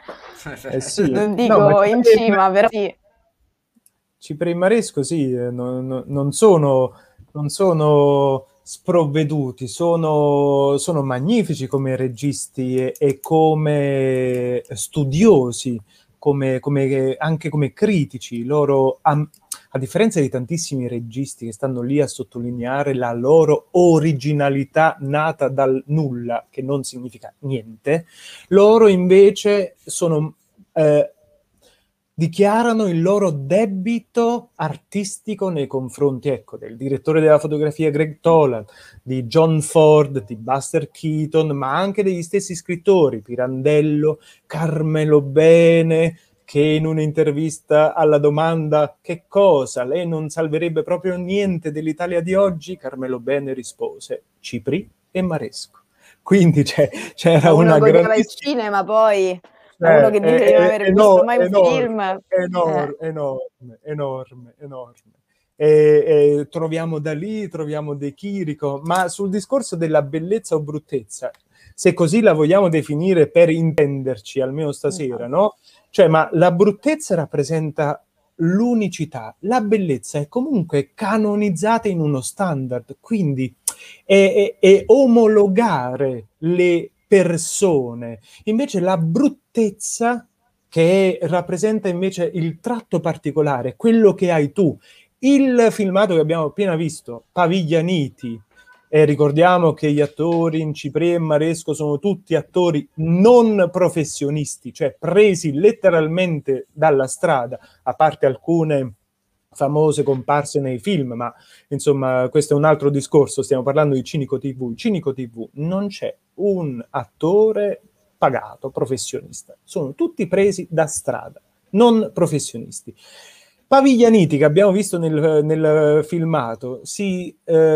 Eh sì, non no, ma dico in Cipriano cima, però sì. Cipriano Maresco sì, eh, non, non- non sono, non sono sprovveduti, sono, sono magnifici come registi e, e come studiosi, come, come- anche come critici. Loro am- a differenza di tantissimi registi che stanno lì a sottolineare la loro originalità nata dal nulla, che non significa niente, loro invece sono... Eh, dichiarano il loro debito artistico nei confronti, ecco, del direttore della fotografia Greg Toland, di John Ford, di Buster Keaton, ma anche degli stessi scrittori, Pirandello, Carmelo Bene, che in un'intervista alla domanda "che cosa? Lei non salverebbe proprio niente dell'Italia di oggi?", Carmelo Bene rispose "Cipri e Maresco". Quindi c'è, c'era Da uno una che odiava il grandissima... cinema, poi da uno Cioè, che è, dice di non è aver visto eno- mai un enorme, film. Eh. enorme, enorme, enorme, enorme. E, e troviamo da lì, troviamo De Chirico, ma sul discorso della bellezza o bruttezza, se così la vogliamo definire per intenderci, almeno stasera, no? Cioè, ma la bruttezza rappresenta l'unicità, la bellezza è comunque canonizzata in uno standard, quindi è, è, è omologare le persone. Invece la bruttezza, che rappresenta invece il tratto particolare, quello che hai tu. Il filmato che abbiamo appena visto, Paviglianiti, e ricordiamo che gli attori in Cipri e Maresco sono tutti attori non professionisti, cioè presi letteralmente dalla strada, a parte alcune famose comparse nei film, ma insomma questo è un altro discorso, stiamo parlando di Cinico tivù. Cinico tivù non c'è un attore pagato, professionista, sono tutti presi da strada, non professionisti. Paviglianiti, che abbiamo visto nel, nel filmato, si,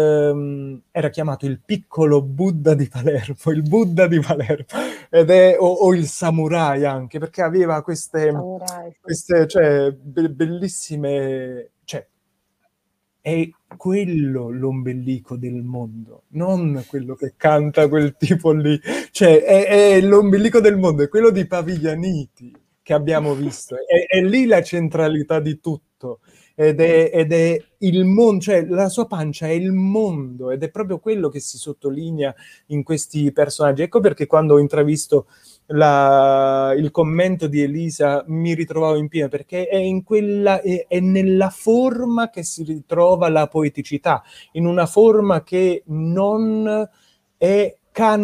ehm, era chiamato il piccolo Buddha di Palermo, il Buddha di Palermo, ed è, o, o il samurai anche, perché aveva queste, Samurai. queste cioè, be- bellissime... Cioè, è quello l'ombelico del mondo, non quello che canta quel tipo lì. Cioè, è, è l'ombelico del mondo, è quello di Paviglianiti che abbiamo visto. È, è lì la centralità di tutto. Ed è, ed è il mondo, cioè la sua pancia è il mondo, ed è proprio quello che si sottolinea in questi personaggi. Ecco perché quando ho intravisto la, il commento di Elisa mi ritrovavo in pieno, perché è in quella è, è nella forma che si ritrova la poeticità, in una forma che non è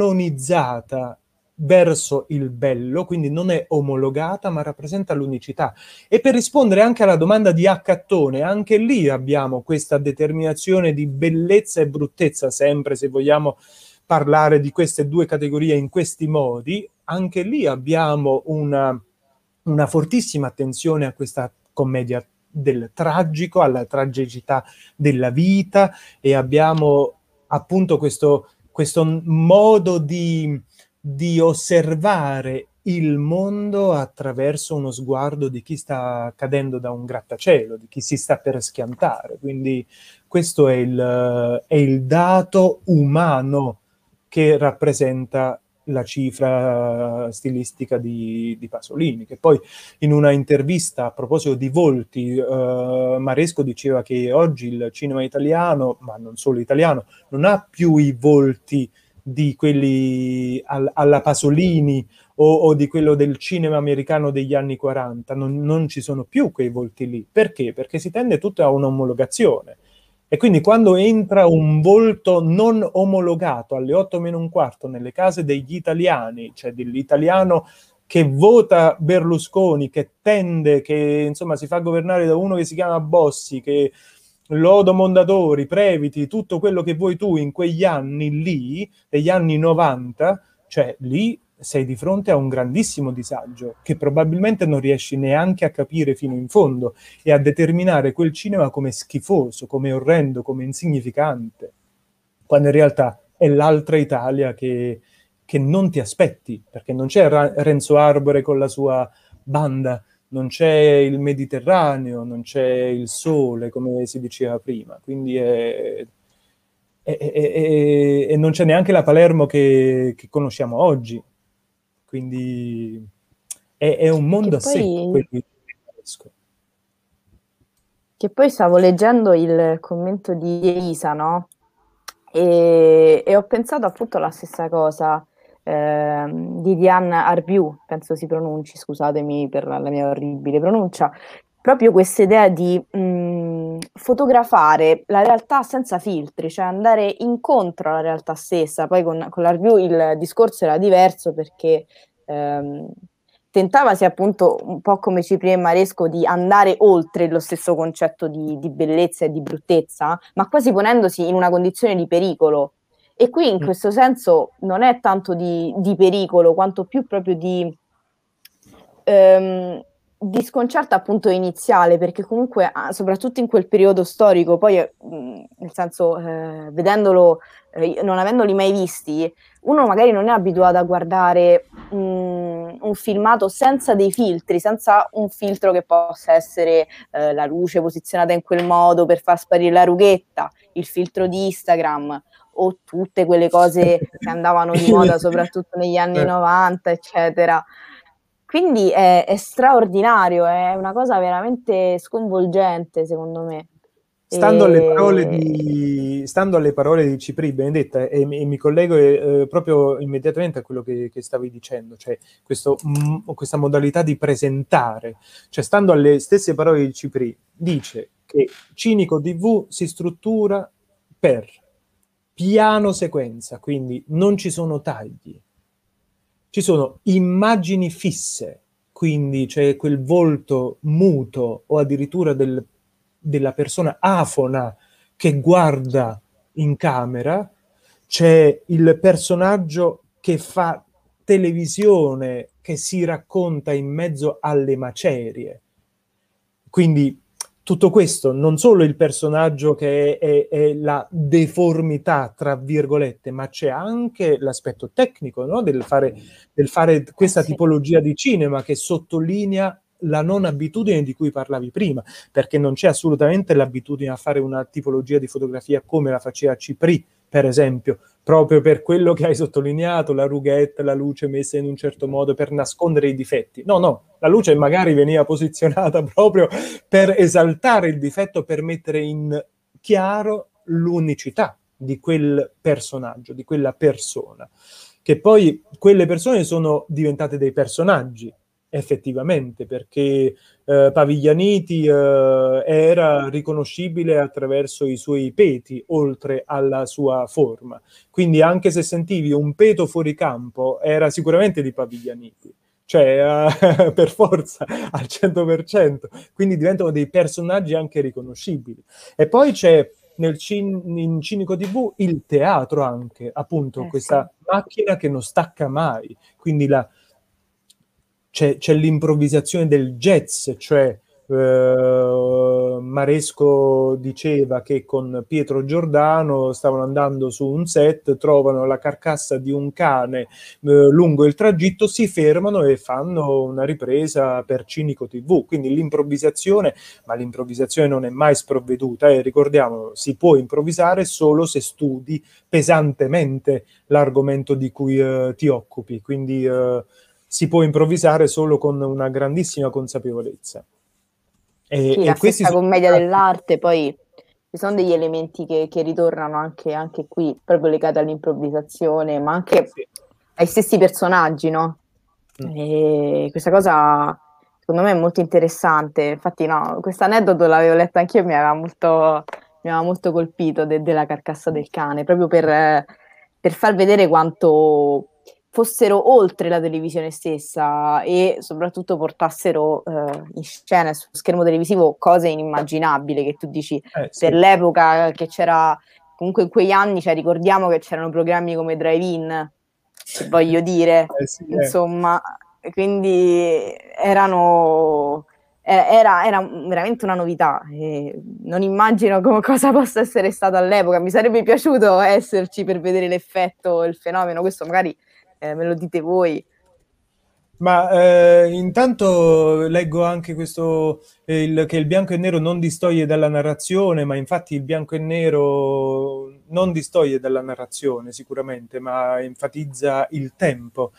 canonizzata verso il bello, quindi non è omologata, ma rappresenta l'unicità. E per rispondere anche alla domanda di Accattone, anche lì abbiamo questa determinazione di bellezza e bruttezza, sempre se vogliamo parlare di queste due categorie in questi modi. Anche lì abbiamo una, una fortissima attenzione a questa commedia del tragico, alla tragicità della vita, e abbiamo appunto questo, questo modo di, di osservare il mondo attraverso uno sguardo di chi sta cadendo da un grattacielo, di chi si sta per schiantare. Quindi questo è il, è il dato umano che rappresenta la cifra stilistica di, di Pasolini, che poi in una intervista a proposito di volti, eh, Maresco diceva che oggi il cinema italiano, ma non solo italiano, non ha più i volti di quelli al, alla Pasolini o, o di quello del cinema americano degli anni quaranta, non, non ci sono più quei volti lì. Perché? Perché si tende tutto a un'omologazione. E quindi quando entra un volto non omologato alle otto meno un quarto nelle case degli italiani, cioè dell'italiano che vota Berlusconi, che tende, che insomma si fa governare da uno che si chiama Bossi, che lodo Mondadori, Previti, tutto quello che vuoi tu in quegli anni lì, negli anni novanta, cioè lì sei di fronte a un grandissimo disagio che probabilmente non riesci neanche a capire fino in fondo e a determinare quel cinema come schifoso, come orrendo, come insignificante, quando in realtà è l'altra Italia che, che non ti aspetti, perché non c'è Ra- Renzo Arbore con la sua banda, non c'è il Mediterraneo, non c'è il sole, come si diceva prima, quindi è... E, e, e, e non c'è neanche la Palermo che, che conosciamo oggi, quindi è, è un mondo Che a sé poi, quello di Maresco. che poi stavo leggendo il commento di Elisa, no? E, e ho pensato appunto alla stessa cosa, ehm, di Diane Arbiu, penso si pronunci, scusatemi per la mia orribile pronuncia, proprio questa idea di, mh, fotografare la realtà senza filtri, cioè andare incontro alla realtà stessa. Poi con, con la review il discorso era diverso perché ehm, tentavasi appunto un po' come Cipri e Maresco di andare oltre lo stesso concetto di, di bellezza e di bruttezza, ma quasi ponendosi in una condizione di pericolo. E qui in questo senso non è tanto di, di pericolo, quanto più proprio di, ehm, di sconcerto appunto iniziale, perché comunque ah, soprattutto in quel periodo storico, poi mh, nel senso eh, vedendolo, eh, non avendoli mai visti, uno magari non è abituato a guardare mh, un filmato senza dei filtri, senza un filtro che possa essere eh, la luce posizionata in quel modo per far sparire la rughetta, il filtro di Instagram o tutte quelle cose che andavano di moda soprattutto negli anni novanta, eccetera. Quindi è, è straordinario, è una cosa veramente sconvolgente, secondo me. Stando alle E- parole di, stando alle parole di Cipri, Benedetta, e, e mi collego eh, proprio immediatamente a quello che, che stavi dicendo, cioè questo, mh, questa modalità di presentare, cioè stando alle stesse parole di Cipri, dice che Cinico tivù si struttura per piano sequenza, quindi non ci sono tagli, ci sono immagini fisse, quindi c'è quel volto muto o addirittura del, della persona afona che guarda in camera, c'è il personaggio che fa televisione, che si racconta in mezzo alle macerie. Quindi tutto questo, non solo il personaggio che è, è, è la deformità, tra virgolette, ma c'è anche l'aspetto tecnico, no? del, fare, del fare questa sì. tipologia di cinema che sottolinea la non abitudine di cui parlavi prima, perché non c'è assolutamente l'abitudine a fare una tipologia di fotografia come la faceva Cipri, per esempio, proprio per quello che hai sottolineato, la rughetta, la luce messa in un certo modo per nascondere i difetti. No, no, la luce magari veniva posizionata proprio per esaltare il difetto, per mettere in chiaro l'unicità di quel personaggio, di quella persona. Che poi quelle persone sono diventate dei personaggi, effettivamente, perché eh, Paviglianiti eh, era riconoscibile attraverso i suoi peti, oltre alla sua forma. Quindi anche se sentivi un peto fuori campo, era sicuramente di Paviglianiti. Cioè, uh, per forza, al cento per cento. Quindi diventano dei personaggi anche riconoscibili. E poi c'è nel cin- in Cinico tivù il teatro anche, appunto, Eh, questa macchina che non stacca mai. Quindi la c'è, c'è l'improvvisazione del jazz, cioè eh, Maresco diceva che con Pietro Giordano stavano andando su un set, trovano la carcassa di un cane eh, lungo il tragitto, si fermano e fanno una ripresa per Cinico tivù. Quindi l'improvvisazione, ma l'improvvisazione non è mai sprovveduta, eh, ricordiamo, si può improvvisare solo se studi pesantemente l'argomento di cui eh, ti occupi. Quindi eh, si può improvvisare solo con una grandissima consapevolezza. E, sì, e la questi stessa sono commedia stati... dell'arte, poi ci sono degli elementi che, che ritornano anche, anche qui, proprio legati all'improvvisazione, ma anche Sì. ai stessi personaggi, no? Mm. E questa cosa secondo me è molto interessante. Infatti, no, questo aneddoto l'avevo letto anch'io e mi aveva molto, mi aveva molto colpito de- della carcassa del cane, proprio per, eh, per far vedere quanto fossero oltre la televisione stessa e soprattutto portassero eh, in scena sullo schermo televisivo cose inimmaginabili che tu dici Eh, per sì. l'epoca che c'era, comunque in quegli anni, cioè, ricordiamo che c'erano programmi come Drive-In, che voglio dire, Eh, sì, eh. insomma, quindi erano, era, era veramente una novità. E non immagino come, cosa possa essere stato all'epoca. Mi sarebbe piaciuto esserci per vedere l'effetto, il fenomeno. Questo magari eh, me lo dite voi. Ma eh, intanto leggo anche questo, eh, il, che il bianco e nero non distoglie dalla narrazione, ma infatti il bianco e nero non distoglie dalla narrazione sicuramente, ma enfatizza il tempo.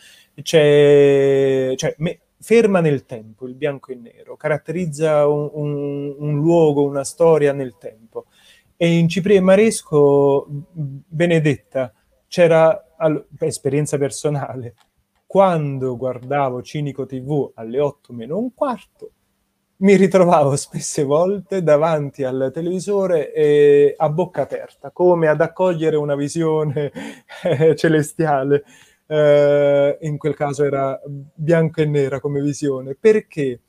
C'è, cioè, me, ferma nel tempo il bianco e nero, caratterizza un, un, un luogo, una storia nel tempo. E in Cipri e Maresco, Benedetta, c'era, all, esperienza personale, quando guardavo Cinico tivù alle otto meno un quarto, mi ritrovavo spesse volte davanti al televisore eh, a bocca aperta, come ad accogliere una visione eh, celestiale. Eh, in quel caso era bianco e nera come visione, perché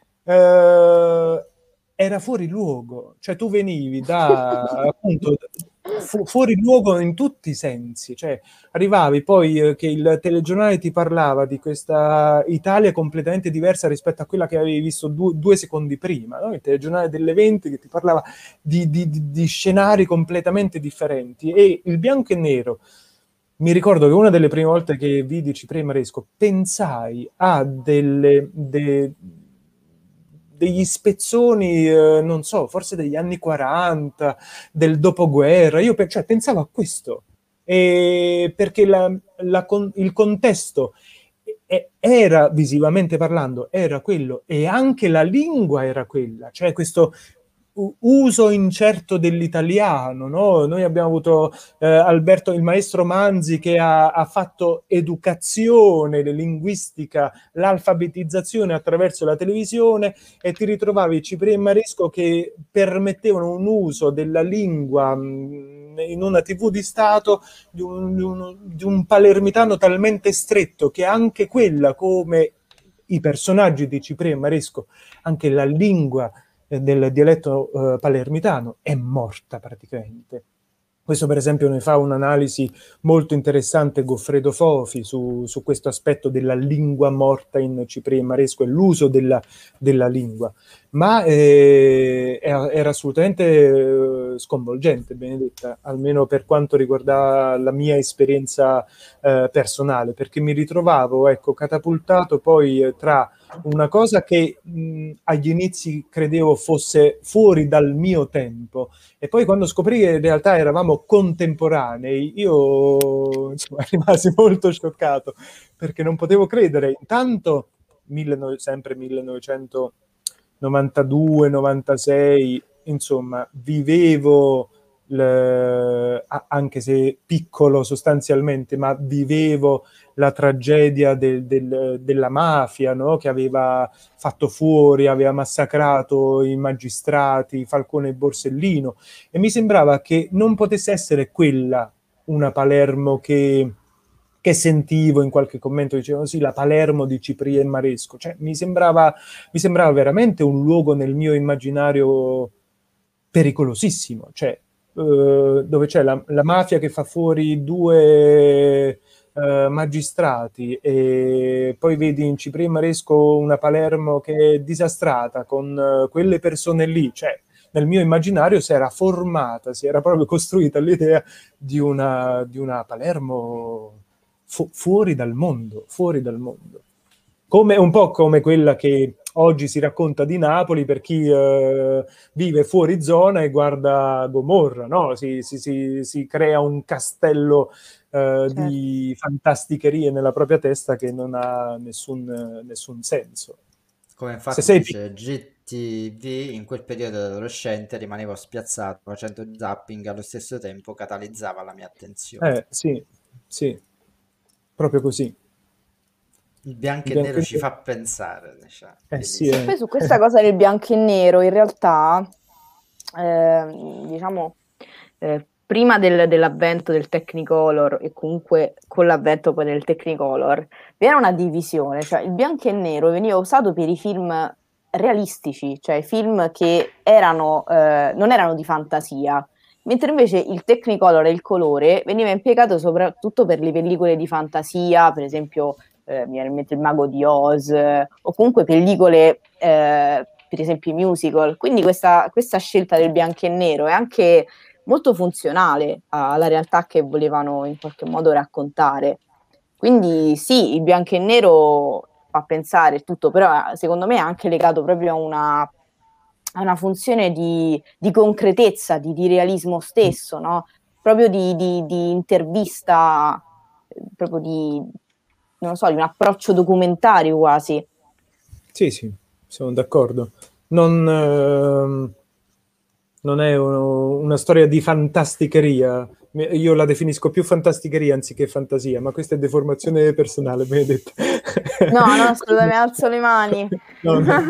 eh, era fuori luogo, cioè tu venivi da appunto fu- fuori luogo in tutti i sensi, cioè arrivavi poi eh, che il telegiornale ti parlava di questa Italia completamente diversa rispetto a quella che avevi visto du- due secondi prima, no? Il telegiornale delle venti che ti parlava di, di- di- di scenari completamente differenti, e il bianco e nero. Mi ricordo che una delle prime volte che vidi Cipriani Maresco pensai a delle, de- degli spezzoni, eh, non so, forse degli anni quaranta, del dopoguerra. Io pe- cioè, pensavo a questo, e perché la- la con- il contesto e- era, visivamente parlando, era quello, e anche la lingua era quella, cioè questo u- uso incerto dell'italiano, no? Noi abbiamo avuto eh, Alberto, il maestro Manzi, che ha, ha fatto educazione linguistica, l'alfabetizzazione attraverso la televisione, e ti ritrovavi Cipriani Maresco che permettevano un uso della lingua mh, in una tivù di Stato di un, di un- di un palermitano talmente stretto che anche quella, come i personaggi di Cipriani Maresco, anche la lingua eh, del dialetto eh, palermitano è morta praticamente. Questo per esempio ne fa un'analisi molto interessante Goffredo Fofi su, su questo aspetto della lingua morta in Cipriani Maresco e l'uso della, della lingua. Ma eh, era, era assolutamente eh, sconvolgente, Benedetta, almeno per quanto riguarda la mia esperienza eh, personale, perché mi ritrovavo, ecco, catapultato poi eh, tra una cosa che mh, agli inizi credevo fosse fuori dal mio tempo, e poi quando scoprì che in realtà eravamo contemporanei, io insomma, rimasi molto scioccato, perché non potevo credere. Intanto, millenovecento, sempre millenovecentonovantadue novantasei, insomma, vivevo, le, anche se piccolo sostanzialmente, ma vivevo la tragedia del, del, della mafia, no? Che aveva fatto fuori, aveva massacrato i magistrati, Falcone e Borsellino, e mi sembrava che non potesse essere quella una Palermo che, che sentivo in qualche commento, dicevano sì, la Palermo di Cipriani Maresco, cioè mi sembrava, mi sembrava veramente un luogo nel mio immaginario pericolosissimo, cioè eh, dove c'è la, la mafia che fa fuori due eh, magistrati, e poi vedi in Cipriani Maresco una Palermo che è disastrata con eh, quelle persone lì, cioè nel mio immaginario si era formata, si era proprio costruita l'idea di una, di una Palermo fu- fuori dal mondo, fuori dal mondo. Come, un po' come quella che oggi si racconta di Napoli per chi eh, vive fuori zona e guarda Gomorra, no? Si, si, si, si crea un castello eh, Certo. di fantasticherie nella propria testa che non ha nessun, nessun senso. Come Se infatti sei dice G T V, in quel periodo da adolescente rimanevo spiazzato, facendo zapping allo stesso tempo catalizzava la mia attenzione. Eh, sì, sì, proprio così. Il bianco Il e bianco nero e ci nero. fa pensare, diciamo. Eh sì, Bellissimo. eh. Poi su questa cosa del bianco e nero, in realtà, eh, diciamo, eh, prima del- dell'avvento del Technicolor e comunque con l'avvento poi del Technicolor, vi era una divisione, cioè il bianco e nero veniva usato per i film realistici, cioè film che erano, eh, non erano di fantasia, mentre invece il Technicolor e il colore veniva impiegato soprattutto per le pellicole di fantasia, per esempio eh, mi viene in mente Il Mago di Oz, eh, o comunque pellicole, eh, per esempio i musical. Quindi questa, questa scelta del bianco e nero è anche molto funzionale alla realtà che volevano in qualche modo raccontare. Quindi sì, il bianco e nero fa pensare tutto, però secondo me è anche legato proprio a una, a una funzione di, di concretezza, di, di realismo stesso, no? Proprio di, di, di intervista, eh, proprio di, non lo so, di un approccio documentario quasi. Sì, sì, sono d'accordo. Non, ehm, non è uno- una storia di fantasticheria. Io la definisco più fantasticheria anziché fantasia, ma questa è deformazione personale, Benedetta. No, no, assolutamente, alzo le mani. No, no,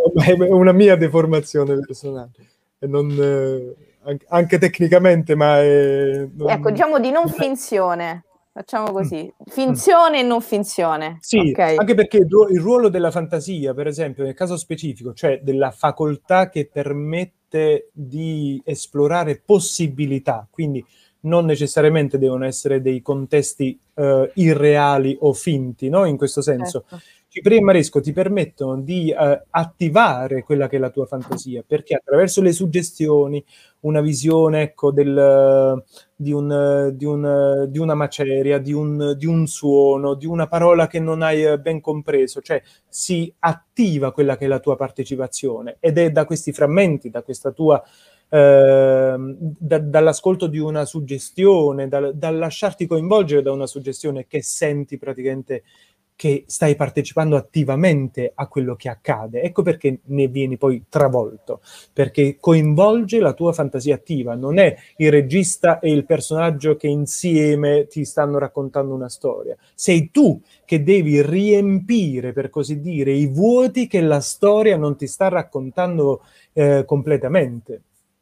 ma è una mia deformazione personale. E non, eh, anche, anche tecnicamente, ma è, non... Ecco, diciamo di non finzione. Facciamo così. Mm. Finzione e non finzione. Sì, Ok. anche perché il, ruo- il ruolo della fantasia, per esempio, nel caso specifico, cioè della facoltà che permette di esplorare possibilità, quindi non necessariamente devono essere dei contesti eh, irreali o finti, no? In questo senso. Certo. Cipri e Maresco ti permettono di eh, attivare quella che è la tua fantasia, perché attraverso le suggestioni, una visione, ecco, del, di, un, di, un, di una maceria, di un, di un suono, di una parola che non hai ben compreso, cioè si attiva quella che è la tua partecipazione, ed è da questi frammenti, da questa tua eh, da, dall'ascolto di una suggestione, dal, dal lasciarti coinvolgere da una suggestione, che senti praticamente che stai partecipando attivamente a quello che accade. Ecco perché ne vieni poi travolto, perché coinvolge la tua fantasia attiva, non è il regista e il personaggio che insieme ti stanno raccontando una storia. Sei tu che devi riempire, per così dire, i vuoti che la storia non ti sta raccontando eh, completamente.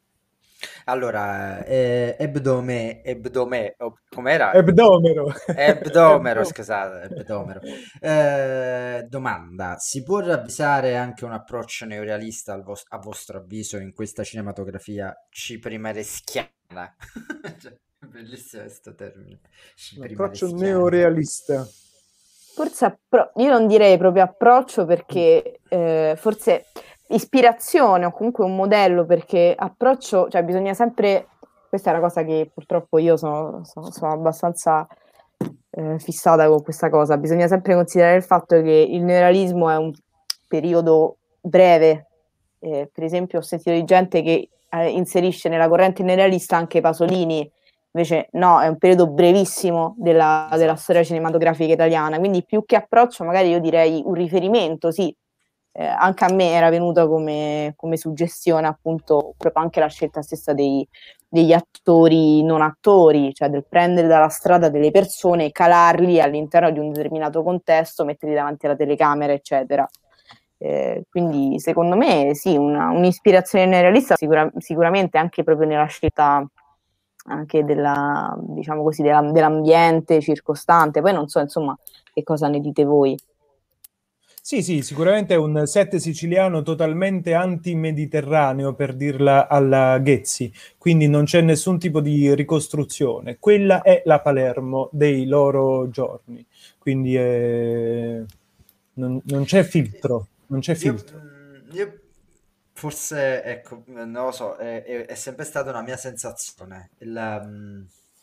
Allora, eh, ebdome, ebdome, o- com'era? Ebdomero. Ebdomero, scusate, ebdomero. Eh, domanda, si può ravvisare anche un approccio neorealista al vos- a vostro avviso in questa cinematografia ciprimareschiana? Cioè, bellissimo questo termine, Un approccio ciprimareschiana. neorealista. Forse appro- io non direi proprio approccio, perché eh, forse ispirazione o comunque un modello, perché approccio, cioè bisogna sempre, questa è una cosa che purtroppo io sono, sono- sono abbastanza eh, fissata con questa cosa, bisogna sempre considerare il fatto che il neorealismo è un periodo breve. Eh, per esempio ho sentito di gente che eh, inserisce nella corrente neorealista anche Pasolini. Invece no, è un periodo brevissimo della, della Esatto. storia cinematografica italiana, quindi più che approccio magari io direi un riferimento, sì. Eh, anche a me era venuta come, come suggestione appunto proprio anche la scelta stessa dei, degli attori non attori, cioè del prendere dalla strada delle persone e calarli all'interno di un determinato contesto, metterli davanti alla telecamera, eccetera. Eh, quindi secondo me sì, una, un'ispirazione neorealista sicura, sicuramente anche proprio nella scelta anche della, diciamo così, della, dell'ambiente circostante. Poi non so, insomma, che cosa ne dite voi. Sì, sì, sicuramente è un set siciliano totalmente anti-mediterraneo, per dirla alla Ghezzi, quindi non c'è nessun tipo di ricostruzione. Quella è la Palermo dei loro giorni, quindi è... non, non c'è filtro, non c'è Io, filtro. mm, io forse, ecco, non lo so, è, è- è sempre stata una mia sensazione. Il, mm,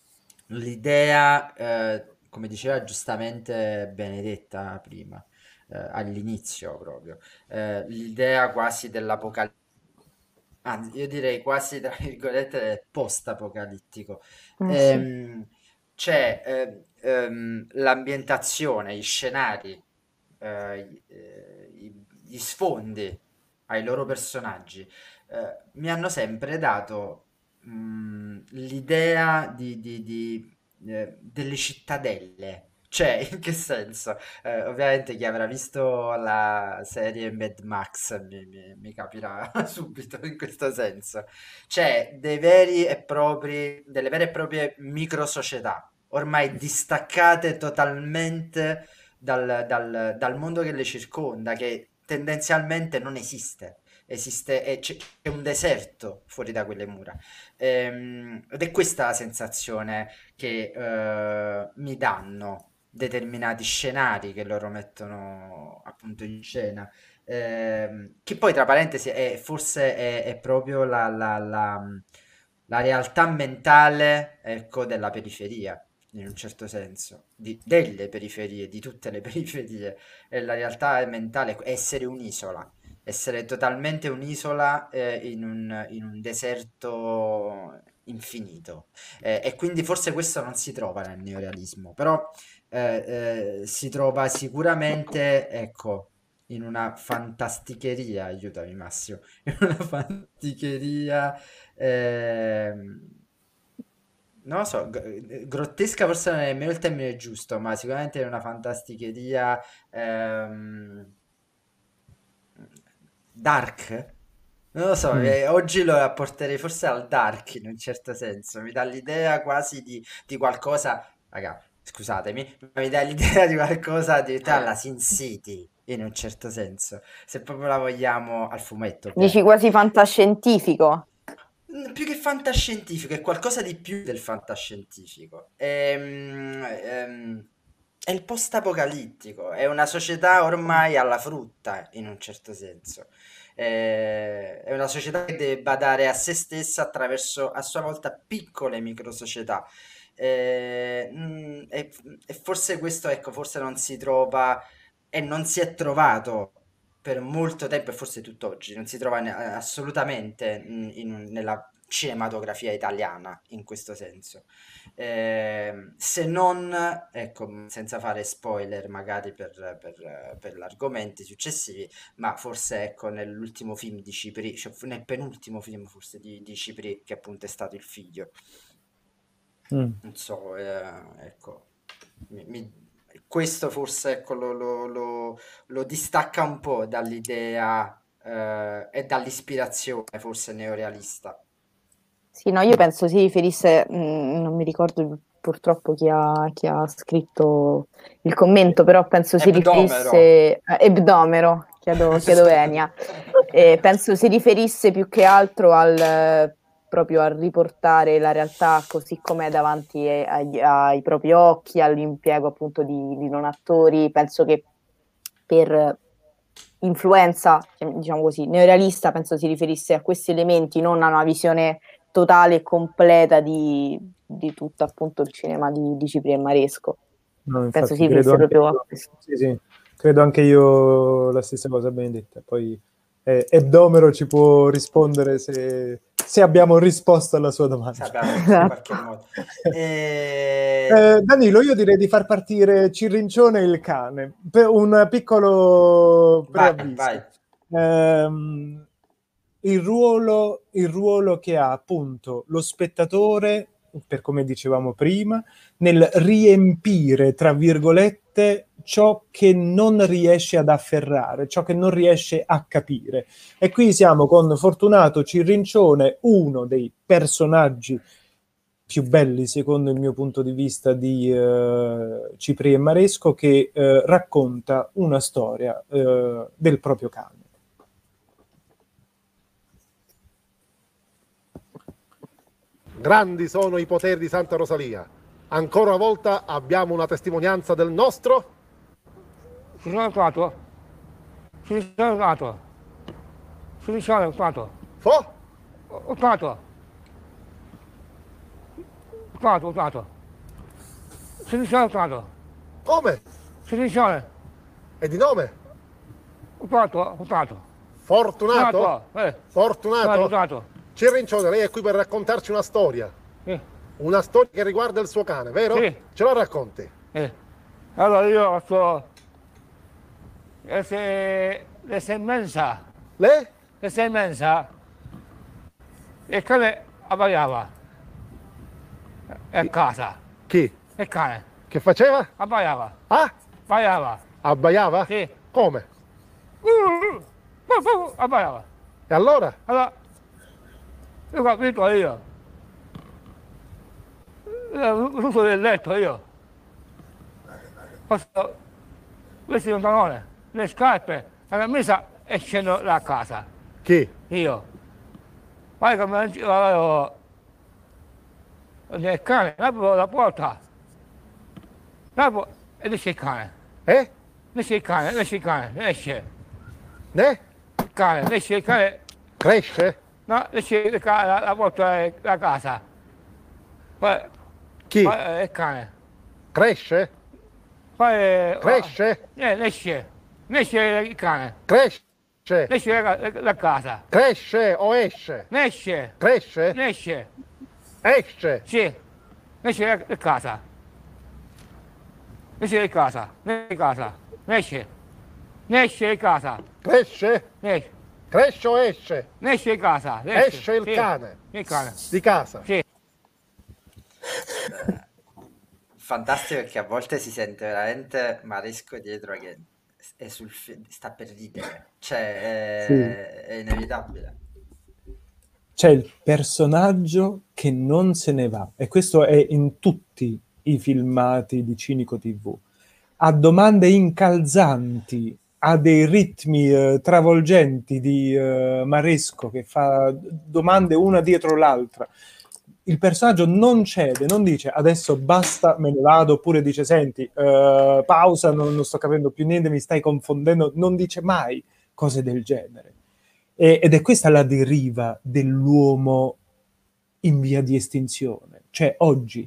l'idea, eh, come diceva giustamente Benedetta prima, eh, all'inizio proprio, eh, l'idea quasi dell'apocalittico, anzi, io direi quasi, tra virgolette, post-apocalittico. Eh sì. Ehm, c'è eh, ehm, l'ambientazione, gli scenari, eh, i- eh, i- gli sfondi ai loro personaggi, eh, mi hanno sempre dato mh, l'idea di, di- di, eh, delle cittadelle. Cioè, in che senso? Eh, ovviamente chi avrà visto la serie Mad Max mi, mi- mi capirà subito in questo senso. C'è dei veri e propri, delle vere e proprie micro società, ormai distaccate totalmente dal, dal- dal mondo che le circonda, che tendenzialmente non esiste. Esiste, e c'è c'è un deserto fuori da quelle mura. Ehm, ed è questa la sensazione che eh, mi danno determinati scenari che loro mettono appunto in scena. Ehm, che poi, tra parentesi, è, forse è, è proprio la, la- la- la realtà mentale, ecco, della periferia, in un certo senso, di- delle periferie, di tutte le periferie. E la realtà mentale è essere un'isola, essere totalmente un'isola eh, in un, in un deserto infinito. Eh, e quindi forse questo non si trova nel neorealismo, però eh, eh, si trova sicuramente, ecco, in una fantasticheria, aiutami Massimo, in una fantasticheria, ehm, non lo so, g- grottesca forse non è nemmeno il termine giusto, ma sicuramente in una fantasticheria ehm, Dark? Non lo so, Mm. eh, oggi lo apporterei forse al dark in un certo senso, mi dà l'idea quasi di, di qualcosa, raga, scusatemi, ma mi dà l'idea di qualcosa di alla Sin City in un certo senso, se proprio la vogliamo al fumetto, Dici ovviamente. quasi fantascientifico. Mm, Più che fantascientifico, è qualcosa di più del fantascientifico. Ehm, ehm, è il post-apocalittico, è una società ormai alla frutta, in un certo senso. Eh, è una società che deve badare a se stessa attraverso a sua volta piccole microsocietà. Eh, mm, e, e forse questo, ecco, forse non si trova e non si è trovato per molto tempo e forse tutt'oggi non si trova ne- assolutamente in- in- nella cinematografia italiana in questo senso. Ehm, se non, ecco, senza fare spoiler magari per, per, per gli argomenti successivi, ma forse ecco nell'ultimo film di Cipri, cioè nel penultimo film forse di, di Cipri, che appunto è stato il figlio. Mm. Non so, eh, ecco, mi- mi- questo forse ecco, lo, lo- lo- lo distacca un po' dall'idea eh, e dall'ispirazione forse neorealista. Sì, no, io penso si riferisse, mh, non mi ricordo purtroppo chi ha, chi ha scritto il commento, però penso si Ebdomero. riferisse a Ebdomero, chiedo, chiedo venia. Eh, penso si riferisse più che altro al eh, proprio a riportare la realtà così com'è davanti ai, ai- ai propri occhi, all'impiego appunto di, di non attori. Penso che per influenza, diciamo così, neorealista, penso si riferisse a questi elementi, non a una visione totale e completa di, di tutto appunto il cinema di, di Cipri e Maresco. No, Penso infatti si credo riferisse anche proprio a io, questo. sì, sì, credo anche io la stessa cosa, Benedetta. Poi eh, Ebdomero ci può rispondere se, se abbiamo risposto alla sua domanda. Sappiamo in qualche modo. E... Eh, Danilo, io direi di far partire Cirrincione e il cane. Per un piccolo Vai, preavviso. vai. Ehm, il ruolo, il ruolo che ha appunto lo spettatore, per come dicevamo prima, nel riempire, tra virgolette, ciò che non riesce ad afferrare, ciò che non riesce a capire. E qui siamo con Fortunato Cirrincione, uno dei personaggi più belli, secondo il mio punto di vista, di eh, Cipri e Maresco, che eh, racconta una storia eh, del proprio cane. Grandi sono i poteri di Santa Rosalia. Ancora una volta abbiamo una testimonianza del nostro. Ci sono stato? Ci sono stato? Ci sono stato? Fo? Ho stato? Ho stato, ho stato. Ci sono stato? Come? Ci sono? E di nome? Ho stato, ho stato. Fortunato? Stato, eh. Fortunato? Stato, stato. Cirrincione, lei è qui per raccontarci una storia. Eh, Una storia che riguarda il suo cane, vero? Sì. Ce la racconti? eh. Allora io sto... E se... Le sei immensa. Lei? Le sei immensa. E il cane abbaiava. E a casa. Chi? E il cane Che faceva? abbaiava. Ah? Abbaiava. Abbaiava? Sì. Come? Abbaiava. E allora? Allora, io ho capito io. L'uso del letto io. Posso questi pantalone, le scarpe, la camisa e scendo da casa. Chi? Io. Poi come avevo il cane, apro la porta. Apro ed esce il cane. Eh? Esce il cane, esce il cane, esce. Ne? Il cane, esce il cane. Cresce? No, esce il cane, la, la porta della casa. Poi, Chi? poi eh, il cane. Cresce? Poi eh, Cresce? Eh, esce. Esce il cane. Cresce? Esce da, da casa. Cresce o esce? Esce. Cresce? Esce. Esce? Sì. Esce da casa. Esce di casa. Esce di casa. Esce. Esce di casa. Cresce? Esce. Cresce o esce? Esce di casa. Esce il Sì. cane Il cane. di casa. Sì. Fantastico perché a volte si sente veramente Maresco dietro che è sul fi- sta per ridere, cioè Sì. è, è inevitabile. C'è il personaggio che non se ne va, e questo è in tutti i filmati di Cinico T V. Ha domande incalzanti, ha dei ritmi eh, travolgenti di eh, Maresco che fa domande una dietro l'altra. Il personaggio non cede, non dice adesso basta, me ne vado, oppure dice senti, eh, pausa, non, non sto capendo più niente, mi stai confondendo, non dice mai cose del genere. E- ed è questa la deriva dell'uomo in via di estinzione. Cioè oggi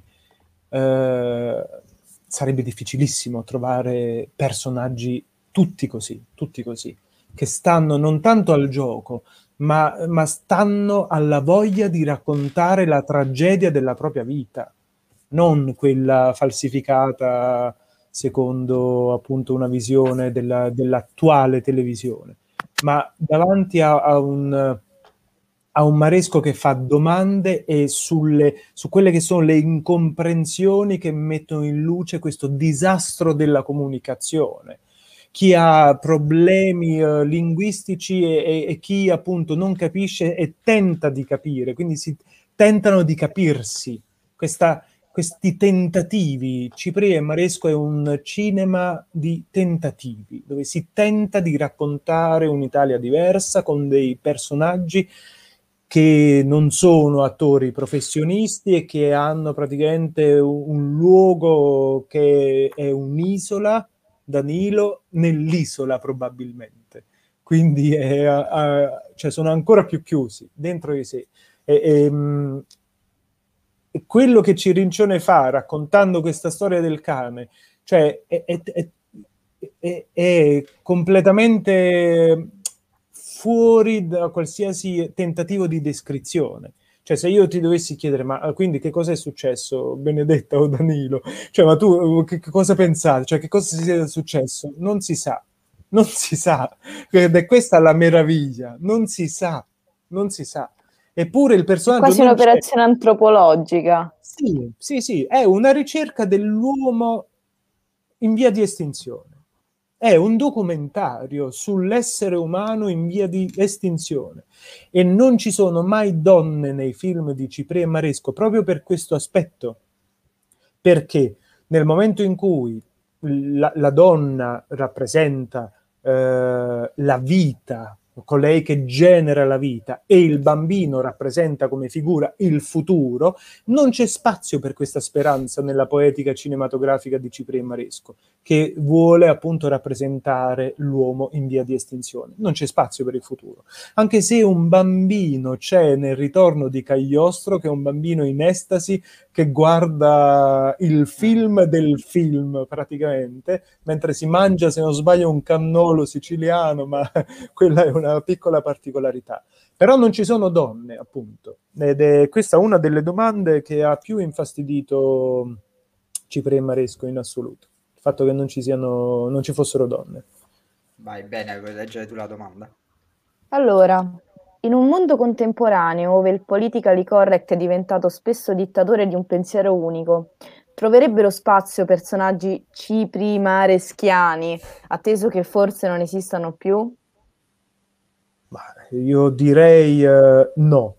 eh, sarebbe difficilissimo trovare personaggi tutti così, tutti così, che stanno non tanto al gioco, ma, ma stanno alla voglia di raccontare la tragedia della propria vita, non quella falsificata secondo appunto una visione della- dell'attuale televisione, ma davanti a, a un, a un Maresco che fa domande e sulle, su quelle che sono le incomprensioni che mettono in luce questo disastro della comunicazione. Chi ha problemi eh, linguistici e, e- e chi appunto non capisce e tenta di capire, quindi si tentano di capirsi. Questa, questi tentativi, Ciprè e Maresco è un cinema di tentativi, dove si tenta di raccontare un'Italia diversa con dei personaggi che non sono attori professionisti e che hanno praticamente un luogo che è un'isola, Danilo, nell'isola probabilmente. Quindi è, a, cioè sono ancora più chiusi dentro di sé. E, e, mh, e quello che Cirincione fa raccontando questa storia del cane, cioè è, è, è, è, è completamente fuori da qualsiasi tentativo di descrizione. Cioè, se io ti dovessi chiedere, ma quindi che cosa è successo, Benedetta o Danilo? Cioè, ma tu che, che cosa pensate? Cioè, che cosa sia successo? Non si sa, non si sa. Ed è questa la meraviglia, non si sa, non si sa. Eppure il È personaggio quasi non c'è. un'operazione antropologica. Sì, sì, sì, è una ricerca dell'uomo in via di estinzione. È un documentario sull'essere umano in via di estinzione. E non ci sono mai donne nei film di Ciprè e Maresco proprio per questo aspetto. Perché nel momento in cui la, la donna rappresenta eh, la vita, colei che genera la vita, e il bambino rappresenta come figura il futuro, non c'è spazio per questa speranza nella poetica cinematografica di Ciprè e Maresco, che vuole appunto rappresentare l'uomo in via di estinzione. Non c'è spazio per il futuro. Anche se un bambino c'è nel Ritorno di Cagliostro, che è un bambino in estasi, che guarda il film del film praticamente, mentre si mangia, se non sbaglio, un cannolo siciliano, ma quella è una piccola particolarità. Però non ci sono donne, appunto, ed è questa una delle domande che ha più infastidito Ciprè e Maresco in assoluto, il fatto che non ci siano, non ci fossero donne. Vai bene, puoi leggere tu la domanda. Allora, in un mondo contemporaneo, dove il politically correct è diventato spesso dittatore di un pensiero unico, troverebbero spazio personaggi ciprimareschiani, atteso che forse non esistano più? Ma io direi eh, no.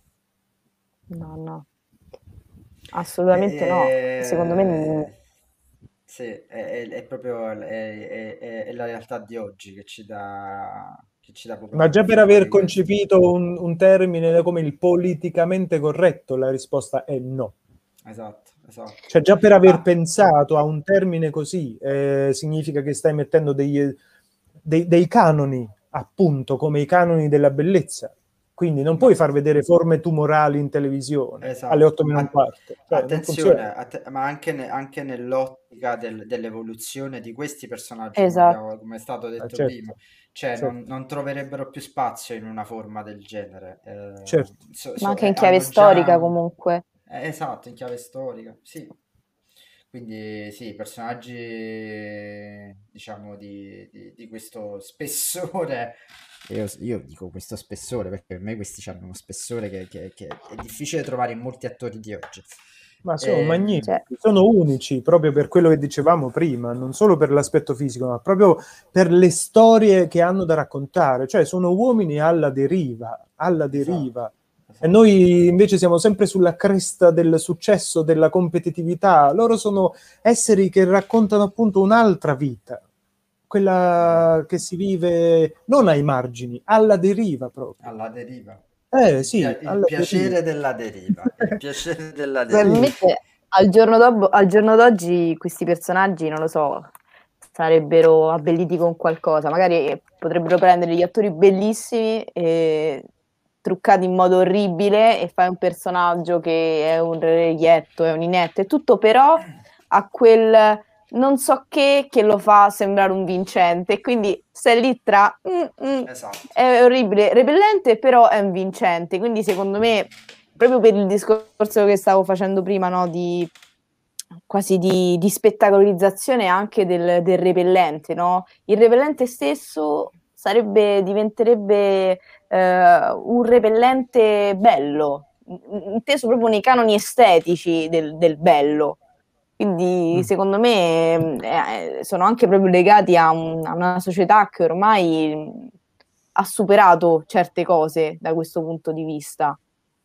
No, no, assolutamente no. Secondo me mm, Eh, sì, è, è- è proprio è, è- è- è la realtà di oggi che ci dà, che ci dà proprio Ma la già per conferma aver di questo. concepito un, un termine come il politicamente corretto, la risposta è no. Esatto, esatto. Cioè già per aver Ma pensato a un termine così eh, significa che stai mettendo degli, dei, dei canoni, appunto, come i canoni della bellezza. Quindi non Ma puoi far vedere forme tumorali in televisione alle esatto, otto meno un A- quarto. Cioè, non funziona. attenzione, att- ma anche, ne- anche nell'ottica del- dell'evoluzione di questi personaggi, come esatto. abbiamo, come è stato Eh, detto prima, certo, cioè non, certo, non troverebbero più spazio in una forma del genere. Eh, certo. so- Ma so- anche eh, in chiave hanno già, storica comunque. eh, esatto, in chiave storica, sì. Quindi sì, personaggi, diciamo, di, di- di questo spessore. Io, io dico questo spessore perché per me questi hanno uno spessore che, che- che è difficile trovare in molti attori di oggi. Ma sono E- magnifici, Cioè, sono unici proprio per quello che dicevamo prima, non solo per l'aspetto fisico, ma proprio per le storie che hanno da raccontare. Cioè, sono uomini alla deriva, alla deriva. E noi invece siamo sempre sulla cresta del successo, della competitività. Loro sono esseri che raccontano appunto un'altra vita, quella che si vive non ai margini, alla deriva proprio. alla deriva. Eh Il, pia- sì, il alla deriva. piacere della deriva. Il piacere della Sì. deriva. probabilmente al giorno, dopo- al giorno d'oggi questi personaggi, non lo so, sarebbero abbelliti con qualcosa. Magari potrebbero prendere degli attori bellissimi e truccati in modo orribile e fai un personaggio che è un reietto, è un inetto, è tutto, però ha quel non so che che lo fa sembrare un vincente. E quindi sei lì tra mm, mm, Esatto. è orribile, repellente, però è un vincente. Quindi secondo me, proprio per il discorso che stavo facendo prima, no, di quasi di, di spettacolarizzazione anche del, del repellente, no? Il repellente stesso sarebbe, diventerebbe eh, un repellente bello, in- inteso proprio nei canoni estetici del, del bello. Quindi Mm. secondo me eh, sono anche proprio legati a, un- a una società che ormai mh, ha superato certe cose da questo punto di vista.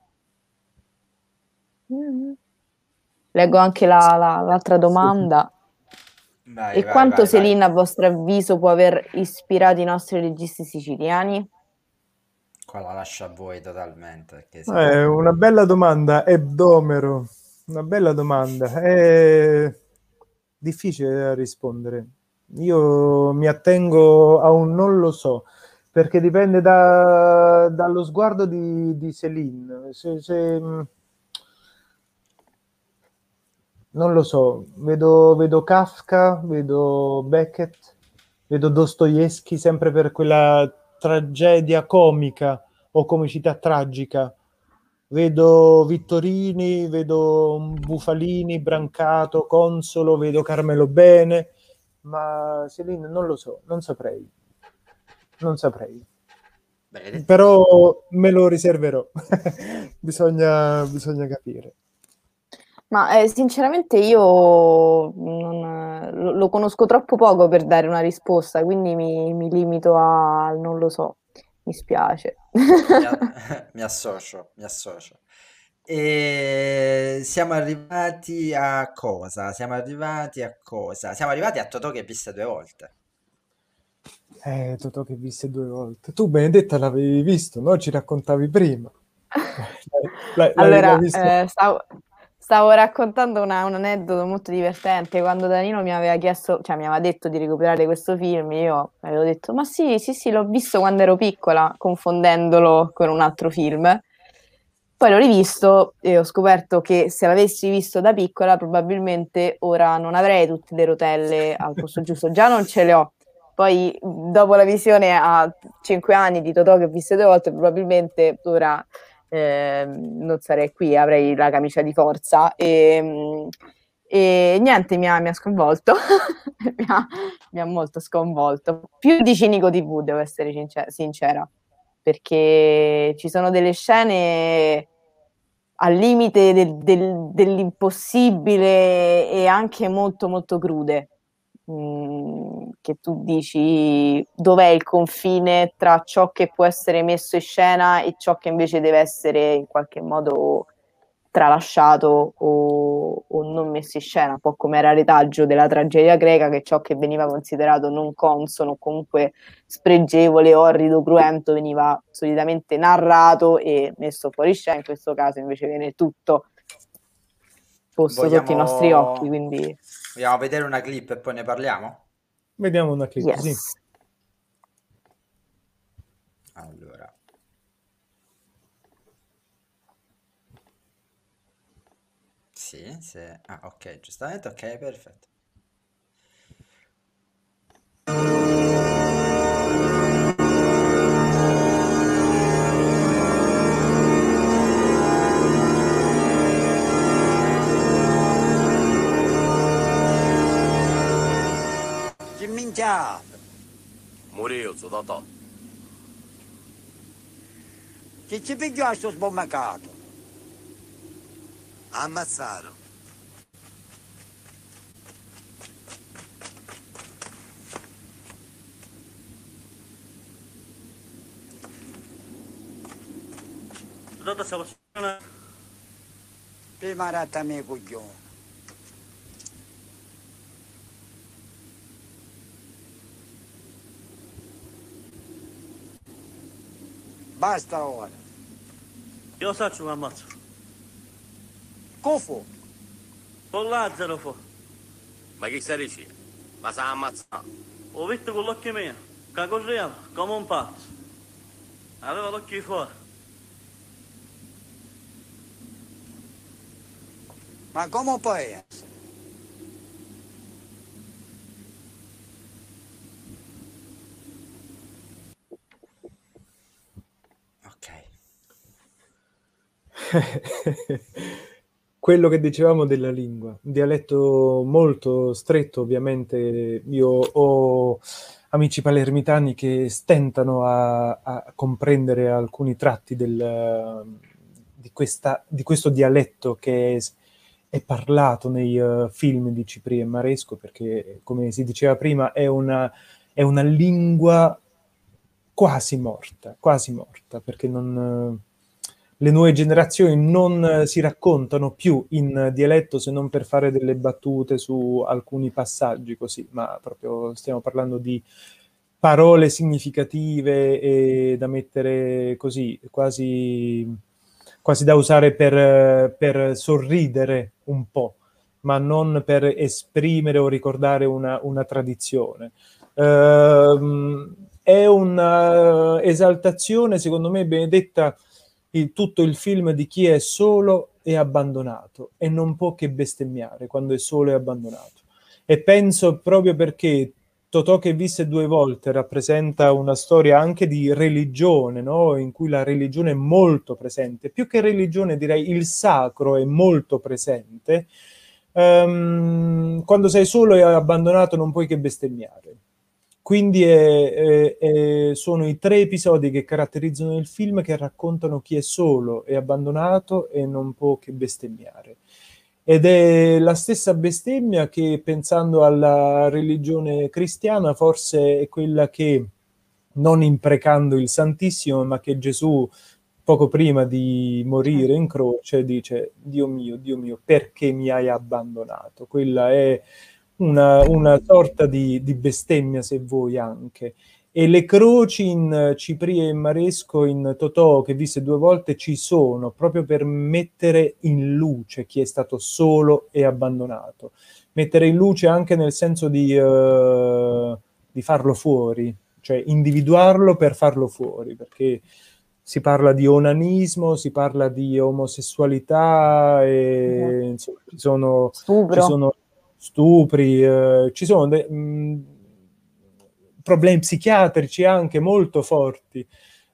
Mm. Leggo anche la- la- l'altra domanda. Vai, E vai, quanto vai, vai. Selina, a vostro avviso, può aver ispirato i nostri registi siciliani? Qua la lascio a voi totalmente. Perché Eh, siete... una bella domanda, Ebdomero. Una bella domanda. È difficile da rispondere. Io mi attengo a un non lo so, perché dipende da- dallo sguardo di, di Céline. Se, se- non lo so, vedo, vedo Kafka, vedo Beckett, vedo Dostoevsky sempre per quella tragedia comica o comicità tragica. Vedo Vittorini, vedo Bufalini, Brancato, Consolo, vedo Carmelo Bene, ma Céline non lo so, non saprei. Non saprei. Benedetto. Però me lo riserverò. bisogna, bisogna capire. Ma eh, sinceramente io non- lo, lo conosco troppo poco per dare una risposta, quindi mi, mi limito a non lo so, mi spiace. Mi, a- mi associo, mi associo. E siamo arrivati a cosa? Siamo arrivati a cosa? Siamo arrivati a Totò che viste due volte. Eh, Totò che viste due volte. Tu, Benedetta, l'avevi visto, no? Ci raccontavi prima. L'hai, l'hai- l'hai Allora, visto? eh, stavo, stavo raccontando una- un aneddoto molto divertente. Quando Danilo mi aveva chiesto, cioè mi aveva detto di recuperare questo film, io avevo detto, ma sì, sì, sì, l'ho visto quando ero piccola, confondendolo con un altro film. Poi l'ho rivisto e ho scoperto che se l'avessi visto da piccola, probabilmente ora non avrei tutte le rotelle al posto giusto. Già non ce le ho. Poi, dopo la visione a cinque anni di Totò che ho visto due volte, probabilmente ora eh, non sarei qui, avrei la camicia di forza. E, e niente, mi ha, mi ha sconvolto, mi, ha, mi ha molto sconvolto. Più di Cinico T V, devo essere sincer- sincera, perché ci sono delle scene al limite del- del- dell'impossibile e anche molto molto crude. Mm, che tu dici dov'è il confine tra ciò che può essere messo in scena e ciò che invece deve essere in qualche modo tralasciato o, o non messo in scena, un po' come era retaggio della tragedia greca, che ciò che veniva considerato non consono, comunque spregevole, orrido, cruento, veniva solitamente narrato e messo fuori scena. In questo caso invece viene tutto posto sotto i nostri occhi, Vogliamo... quindi Vogliamo vedere una clip e poi ne parliamo? Vediamo una clip, sì. yes. Allora. Sì, sì. Ah, ok, giustamente, ok, perfetto. Che minchiata! Morì, Totò. Che ci pigliò a sto sbombacato? Ammazzato. Data siamo prima ratta me coglione. Basta ora. Io faccio un ammazzo. Cofo. Con Lazzaro fu. Ma chi sta dicendo? Ma sa ammazzare? Ho visto con l'occhio mio, che correva come un pazzo. Aveva l'occhio fuori. Ma come può essere? Quello che dicevamo della lingua, un dialetto molto stretto, ovviamente. Io ho amici palermitani che stentano a, a comprendere alcuni tratti del, di, questa, di questo dialetto che è, è parlato nei uh, film di Cipri e Maresco, perché, come si diceva prima, è una, è una lingua quasi morta, quasi morta, perché non... le nuove generazioni non si raccontano più in dialetto, se non per fare delle battute su alcuni passaggi così, ma proprio stiamo parlando di parole significative e da mettere così, quasi, quasi da usare per, per sorridere un po', ma non per esprimere o ricordare una, una tradizione. Uh, è una esaltazione, secondo me, benedetta, il, tutto il film di chi è solo e abbandonato e non può che bestemmiare quando è solo e abbandonato. E penso proprio perché Totò che visse due volte rappresenta una storia anche di religione, no? In cui la religione è molto presente, più che religione direi il sacro è molto presente. Um, quando sei solo e abbandonato non puoi che bestemmiare. Quindi è, è, è, sono i tre episodi che caratterizzano il film, che raccontano chi è solo e abbandonato e non può che bestemmiare. Ed è la stessa bestemmia che, pensando alla religione cristiana, forse è quella che, non imprecando il Santissimo, ma che Gesù, poco prima di morire in croce, dice: Dio mio, Dio mio, perché mi hai abbandonato? Quella è Una, una sorta di, di bestemmia, se vuoi, anche. E le croci in Cipri e Maresco, in Totò che visse due volte, ci sono proprio per mettere in luce chi è stato solo e abbandonato, mettere in luce anche nel senso di, uh, di farlo fuori, cioè individuarlo per farlo fuori, perché si parla di onanismo, si parla di omosessualità e mm. insomma, ci sono, ci sono stupri, eh, ci sono de- mh, problemi psichiatrici anche molto forti,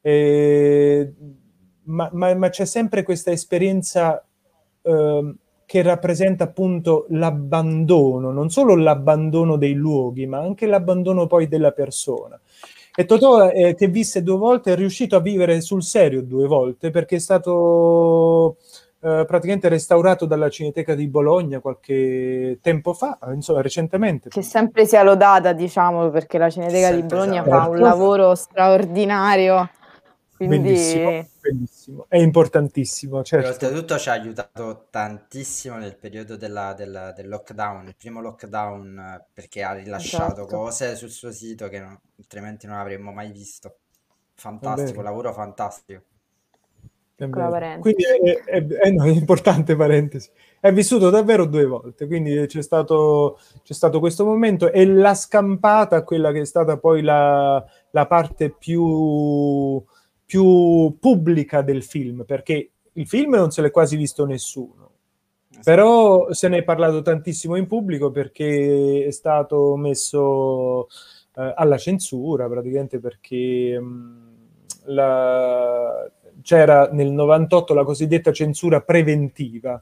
eh, ma, ma, ma c'è sempre questa esperienza eh, che rappresenta appunto l'abbandono, non solo l'abbandono dei luoghi, ma anche l'abbandono poi della persona. E Totò, eh, che visse due volte, è riuscito a vivere sul serio due volte, perché è stato eh, praticamente restaurato dalla Cineteca di Bologna qualche tempo fa, insomma recentemente. Che sempre sia lodata, diciamo, perché la Cineteca di Bologna fa un lavoro straordinario. Quindi... Bellissimo, bellissimo, è importantissimo, certo. E oltretutto ci ha aiutato tantissimo nel periodo della, della, del lockdown, il primo lockdown, perché ha rilasciato esatto. cose sul suo sito che non, altrimenti non avremmo mai visto. Fantastico, lavoro fantastico. È quindi è, è, è, no, è importante parentesi. È vissuto davvero due volte, quindi c'è stato, c'è stato questo momento, e la scampata, quella che è stata poi la, la parte più, più pubblica del film, perché il film non se l'è quasi visto nessuno, però se ne è parlato tantissimo in pubblico perché è stato messo eh, alla censura, praticamente, perché mh, la... c'era nel novantotto la cosiddetta censura preventiva,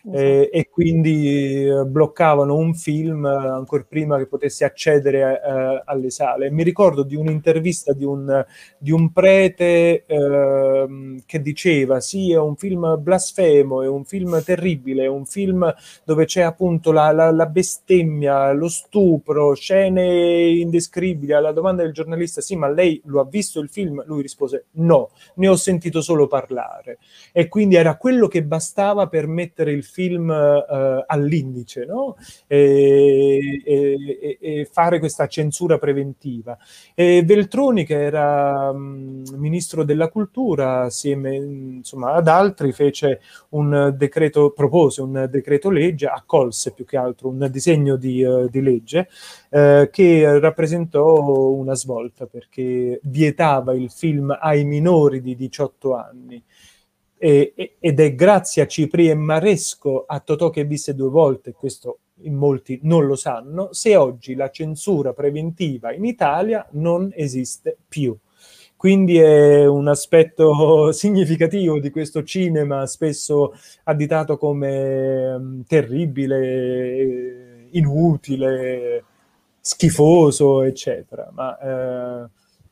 eh, e quindi eh, bloccavano un film eh, ancora prima che potesse accedere eh, alle sale. Mi ricordo di un'intervista di un, di un prete eh, che diceva sì, è un film blasfemo, è un film terribile, è un film dove c'è appunto la, la, la bestemmia, lo stupro, scene indescrivibili. Alla domanda del giornalista, sì, ma lei lo ha visto il film? Lui rispose no, ne ho sentito solo parlare. E quindi era quello che bastava per mettere il film uh, all'indice, no? E, e, e fare questa censura preventiva. E Veltroni, che era um, ministro della cultura, assieme insomma, ad altri, fece un decreto, propose un decreto legge, accolse più che altro un disegno di, uh, di legge uh, che rappresentò una svolta, perché vietava il film ai minori di diciotto anni. E, ed è grazie a Cipriè Maresco, a Totò che visse due volte, questo in molti non lo sanno, se oggi la censura preventiva in Italia non esiste più. Quindi è un aspetto significativo di questo cinema, spesso additato come um, terribile, inutile, schifoso, eccetera. Ma eh,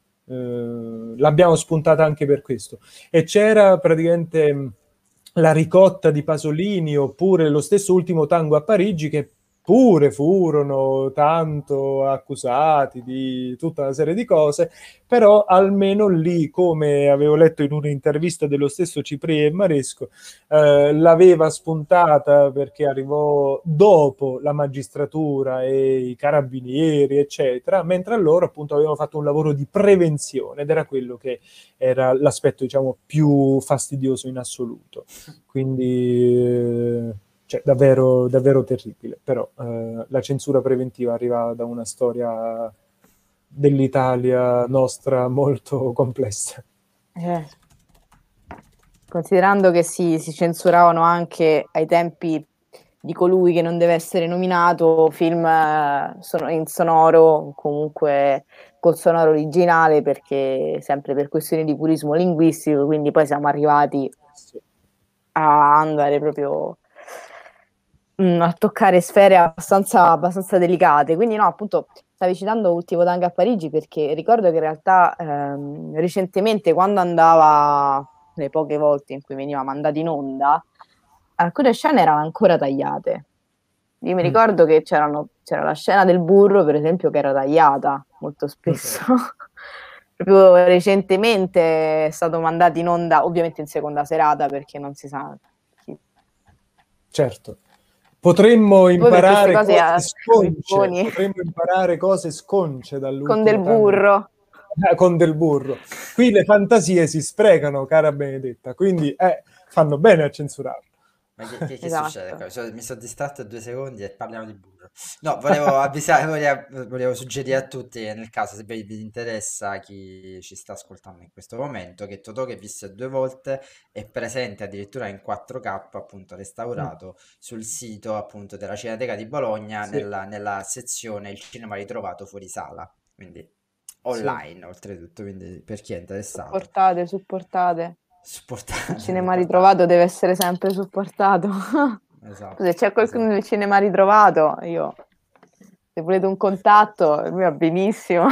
Uh, l'abbiamo spuntata anche per questo. E c'era praticamente mh, La ricotta di Pasolini, oppure lo stesso Ultimo tango a Parigi, che pure furono tanto accusati di tutta una serie di cose, però almeno lì, come avevo letto in un'intervista dello stesso Cipriè Maresco, eh, l'aveva spuntata perché arrivò dopo la magistratura e i carabinieri, eccetera, mentre loro appunto avevano fatto un lavoro di prevenzione, ed era quello che era l'aspetto, diciamo, più fastidioso in assoluto. Quindi... Eh, cioè, davvero, davvero terribile, però eh, la censura preventiva arriva da una storia dell'Italia nostra molto complessa. Eh. Considerando che si, si censuravano anche ai tempi di colui che non deve essere nominato, film eh, sono in sonoro, comunque col sonoro originale, perché sempre per questioni di purismo linguistico, quindi poi siamo arrivati a andare proprio a toccare sfere abbastanza, abbastanza delicate. Quindi no, appunto stavi citando Ultimo tango a Parigi, perché ricordo che in realtà ehm, recentemente, quando andava, le poche volte in cui veniva mandato in onda, alcune scene erano ancora tagliate. Io mi ricordo mm. che c'erano, c'era la scena del burro, per esempio, che era tagliata molto spesso. Okay. Proprio recentemente è stato mandato in onda, ovviamente in seconda serata, perché non si sa chi. Certo. Potremmo imparare cose, cose sconce, potremmo imparare cose sconce dall'ultimo con del burro. Eh, con del burro. Qui le fantasie si sprecano, cara Benedetta, quindi eh, fanno bene a censurarlo. Ma che, che, che esatto. succede? Mi sono distratto due secondi e parliamo di burro. No, volevo avvisare, volevo, volevo suggerire a tutti, nel caso se vi, vi interessa, chi ci sta ascoltando in questo momento, che Totò che visse due volte è presente addirittura in quattro K, appunto restaurato, mm. sul sito appunto della Cineteca di Bologna, sì. nella, nella sezione Il cinema ritrovato fuori sala, quindi online sì. oltretutto, quindi per chi è interessato. Supportate, supportate. supportate Il cinema ritrovato deve essere sempre supportato. Esatto, se c'è qualcuno esatto. del cinema ritrovato, io, se volete un contatto, lui va benissimo.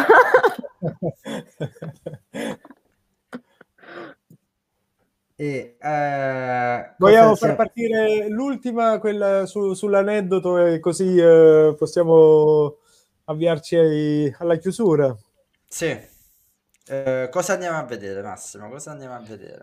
E, eh, vogliamo far partire l'ultima, quella su, sull'aneddoto, e così eh, possiamo avviarci ai, alla chiusura. Sì. Eh, cosa andiamo a vedere, Massimo? Cosa andiamo a vedere?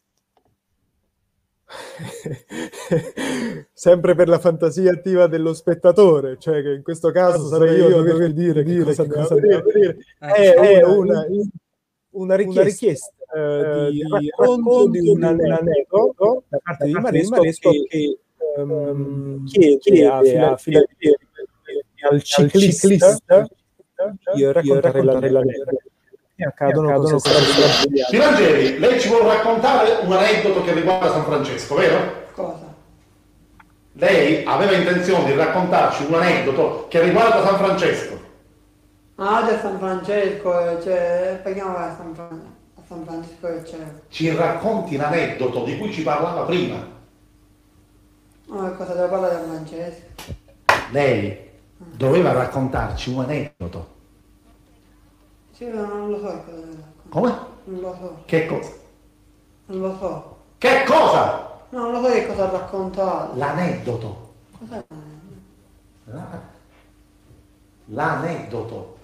Sempre per la fantasia attiva dello spettatore, cioè che in questo caso sarei io a dover dire, dire che cosa andiamo a vedere. È, è una, una richiesta, una richiesta eh, di, di racconto di un aneddoto da parte di Maresco, che, che um, chiede, chiede a Filadelfia al ciclista di raccontare l'aneddoto. Accadono, accadono cose cose Filangieri, lei ci vuole raccontare un aneddoto che riguarda San Francesco, vero? Cosa? Lei aveva intenzione di raccontarci un aneddoto che riguarda San Francesco. Ah, c'è San Francesco, c'è... Paghiamo a San, Fran... a San Francesco che c'è. Ci racconti l'aneddoto di cui ci parlava prima. Ma cosa deve parlare a Francesco? Lei doveva raccontarci un aneddoto. Sì, ma non lo so cosa deve raccontare. Come? Non lo so. Che cosa? Non lo so. Che cosa? No, non lo so che cosa ha raccontato. L'aneddoto. Cos'è? La- L'aneddoto.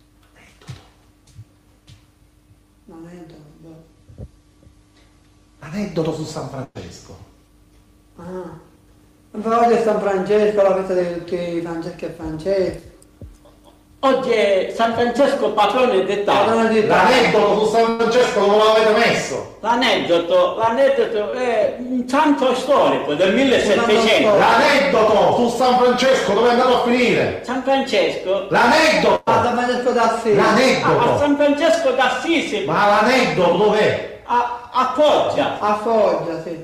L'aneddoto. boh. L'aneddoto su San Francesco. Ah. Ma oggi è San Francesco, la festa di tutti Francesco e Francesco. Oggi è San Francesco patrone d'Italia. Patrone d'Italia. L'aneddoto su San Francesco dove l'avete messo? L'aneddoto, l'aneddoto è un santo storico del millesettecento. L'aneddoto su San Francesco dove è andato a finire? San Francesco? L'aneddoto! A San Francesco d'Assisi. A, a L'aneddoto! San Francesco d'Assisi. Ma l'aneddoto dov'è? A, a Foggia. A Foggia, sì.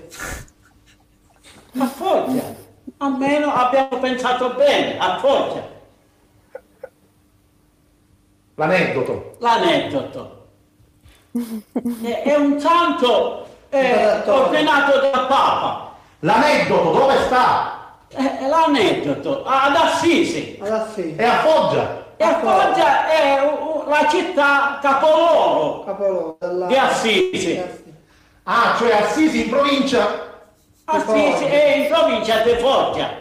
A Foggia. Almeno abbiamo pensato bene, a Foggia. L'aneddoto. L'aneddoto. È, è un santo eh, Imperatore. ordinato dal Papa. L'aneddoto dove sta? È, è l'aneddoto ad Assisi. Ad Assisi. È a Foggia. E a Foggia è u- u- la città capoluogo Capoluogo della... di Assisi. di Assisi. Ah, cioè Assisi in provincia. Assisi è in provincia di Foggia.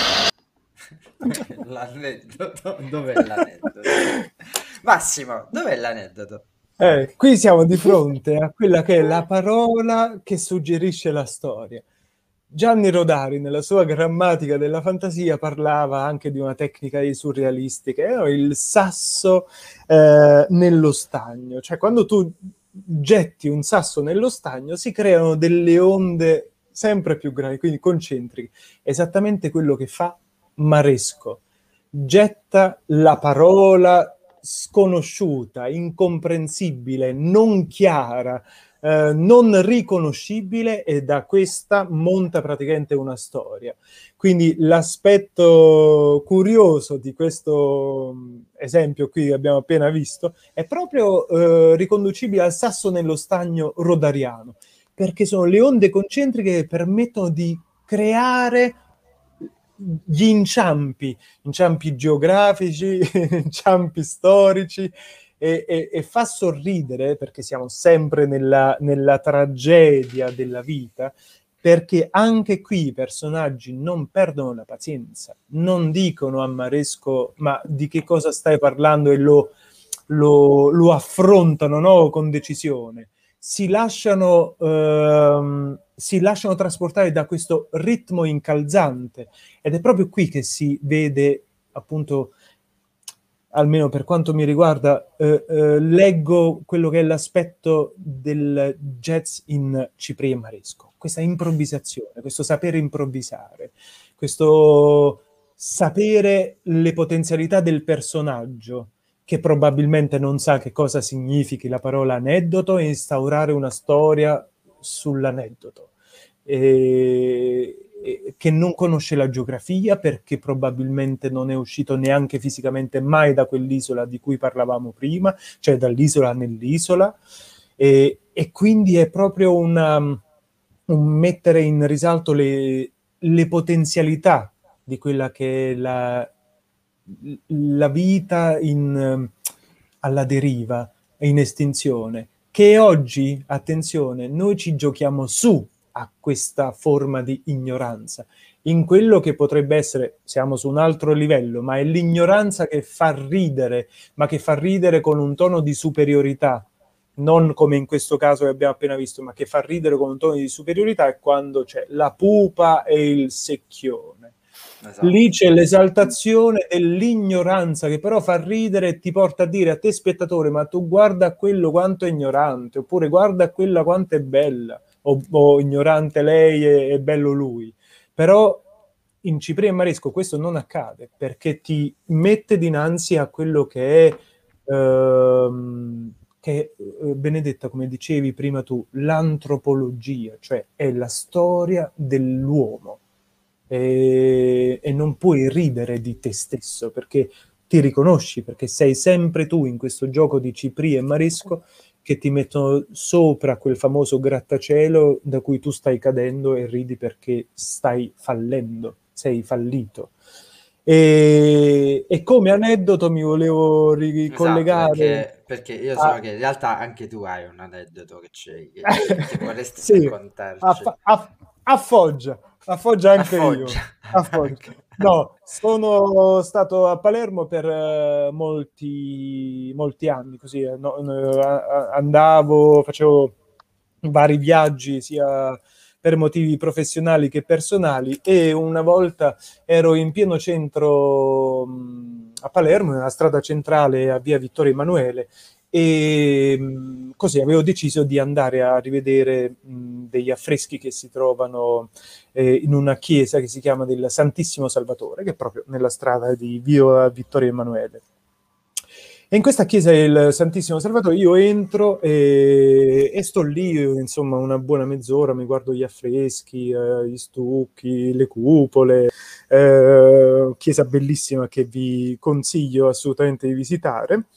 L'aneddoto, dov'è l'aneddoto? Massimo, dov'è l'aneddoto? Eh, qui siamo di fronte a quella che è la parola che suggerisce la storia. Gianni Rodari, nella sua grammatica della fantasia, parlava anche di una tecnica dei surrealisti, che è il sasso eh, nello stagno. Cioè, quando tu getti un sasso nello stagno, si creano delle onde sempre più grandi, quindi concentriche. Esattamente quello che fa Maresco. Getta la parola sconosciuta, incomprensibile, non chiara, eh, non riconoscibile, e da questa monta praticamente una storia. Quindi l'aspetto curioso di questo esempio qui che abbiamo appena visto è proprio eh, riconducibile al sasso nello stagno rodariano, perché sono le onde concentriche che permettono di creare gli inciampi, inciampi geografici, inciampi storici, e, e, e fa sorridere, perché siamo sempre nella, nella tragedia della vita, perché anche qui i personaggi non perdono la pazienza, non dicono a Maresco ma di che cosa stai parlando, e lo, lo, lo affrontano, no, con decisione. Si lasciano, ehm, si lasciano trasportare da questo ritmo incalzante, ed è proprio qui che si vede, appunto, almeno per quanto mi riguarda, eh, eh, leggo quello che è l'aspetto del jazz in Cipriè Maresco, questa improvvisazione, questo sapere improvvisare, questo sapere le potenzialità del personaggio, che probabilmente non sa che cosa significhi la parola aneddoto, e instaurare una storia sull'aneddoto, e, e, che non conosce la geografia, perché probabilmente non è uscito neanche fisicamente mai da quell'isola di cui parlavamo prima, cioè dall'isola nell'isola, e, e quindi è proprio una, un mettere in risalto le, le potenzialità di quella che è la la vita in, alla deriva e in estinzione, che oggi, attenzione, noi ci giochiamo su a questa forma di ignoranza, in quello che potrebbe essere, siamo su un altro livello, ma è l'ignoranza che fa ridere, ma che fa ridere con un tono di superiorità, non come in questo caso che abbiamo appena visto, ma che fa ridere con un tono di superiorità, è quando c'è la pupa e il secchione. Esatto. Lì c'è l'esaltazione dell'ignoranza, che però fa ridere e ti porta a dire a te spettatore: ma tu guarda quello quanto è ignorante, oppure guarda quella quanto è bella, o, o ignorante lei e, e bello lui. Però in Cipriè Maresco questo non accade, perché ti mette dinanzi a quello che è ehm, che eh, Benedetta, come dicevi prima tu, l'antropologia, cioè è la storia dell'uomo. E, e non puoi ridere di te stesso, perché ti riconosci, perché sei sempre tu in questo gioco di Cipriè Maresco, che ti mettono sopra quel famoso grattacielo da cui tu stai cadendo e ridi perché stai fallendo, sei fallito. E, e come aneddoto mi volevo Esatto, ricollegare perché, perché io so a- che in realtà anche tu hai un aneddoto che, c'è, che, che- che vorresti sì, raccontarci. a, a, a Foggia, a Foggia A anche io. Foggia. A Foggia. No, sono stato a Palermo per eh, molti, molti anni, così eh, no, no, a- a- andavo, facevo vari viaggi sia per motivi professionali che personali, e una volta ero in pieno centro mh, a Palermo, nella strada centrale a via Vittorio Emanuele, e mh, così avevo deciso di andare a rivedere mh, degli affreschi che si trovano eh, in una chiesa che si chiama del Santissimo Salvatore, che è proprio nella strada di via Vittorio Emanuele. E in questa chiesa del Santissimo Salvatore io entro e, e sto lì, insomma, una buona mezz'ora, mi guardo gli affreschi, eh, gli stucchi, le cupole, eh, chiesa bellissima che vi consiglio assolutamente di visitare.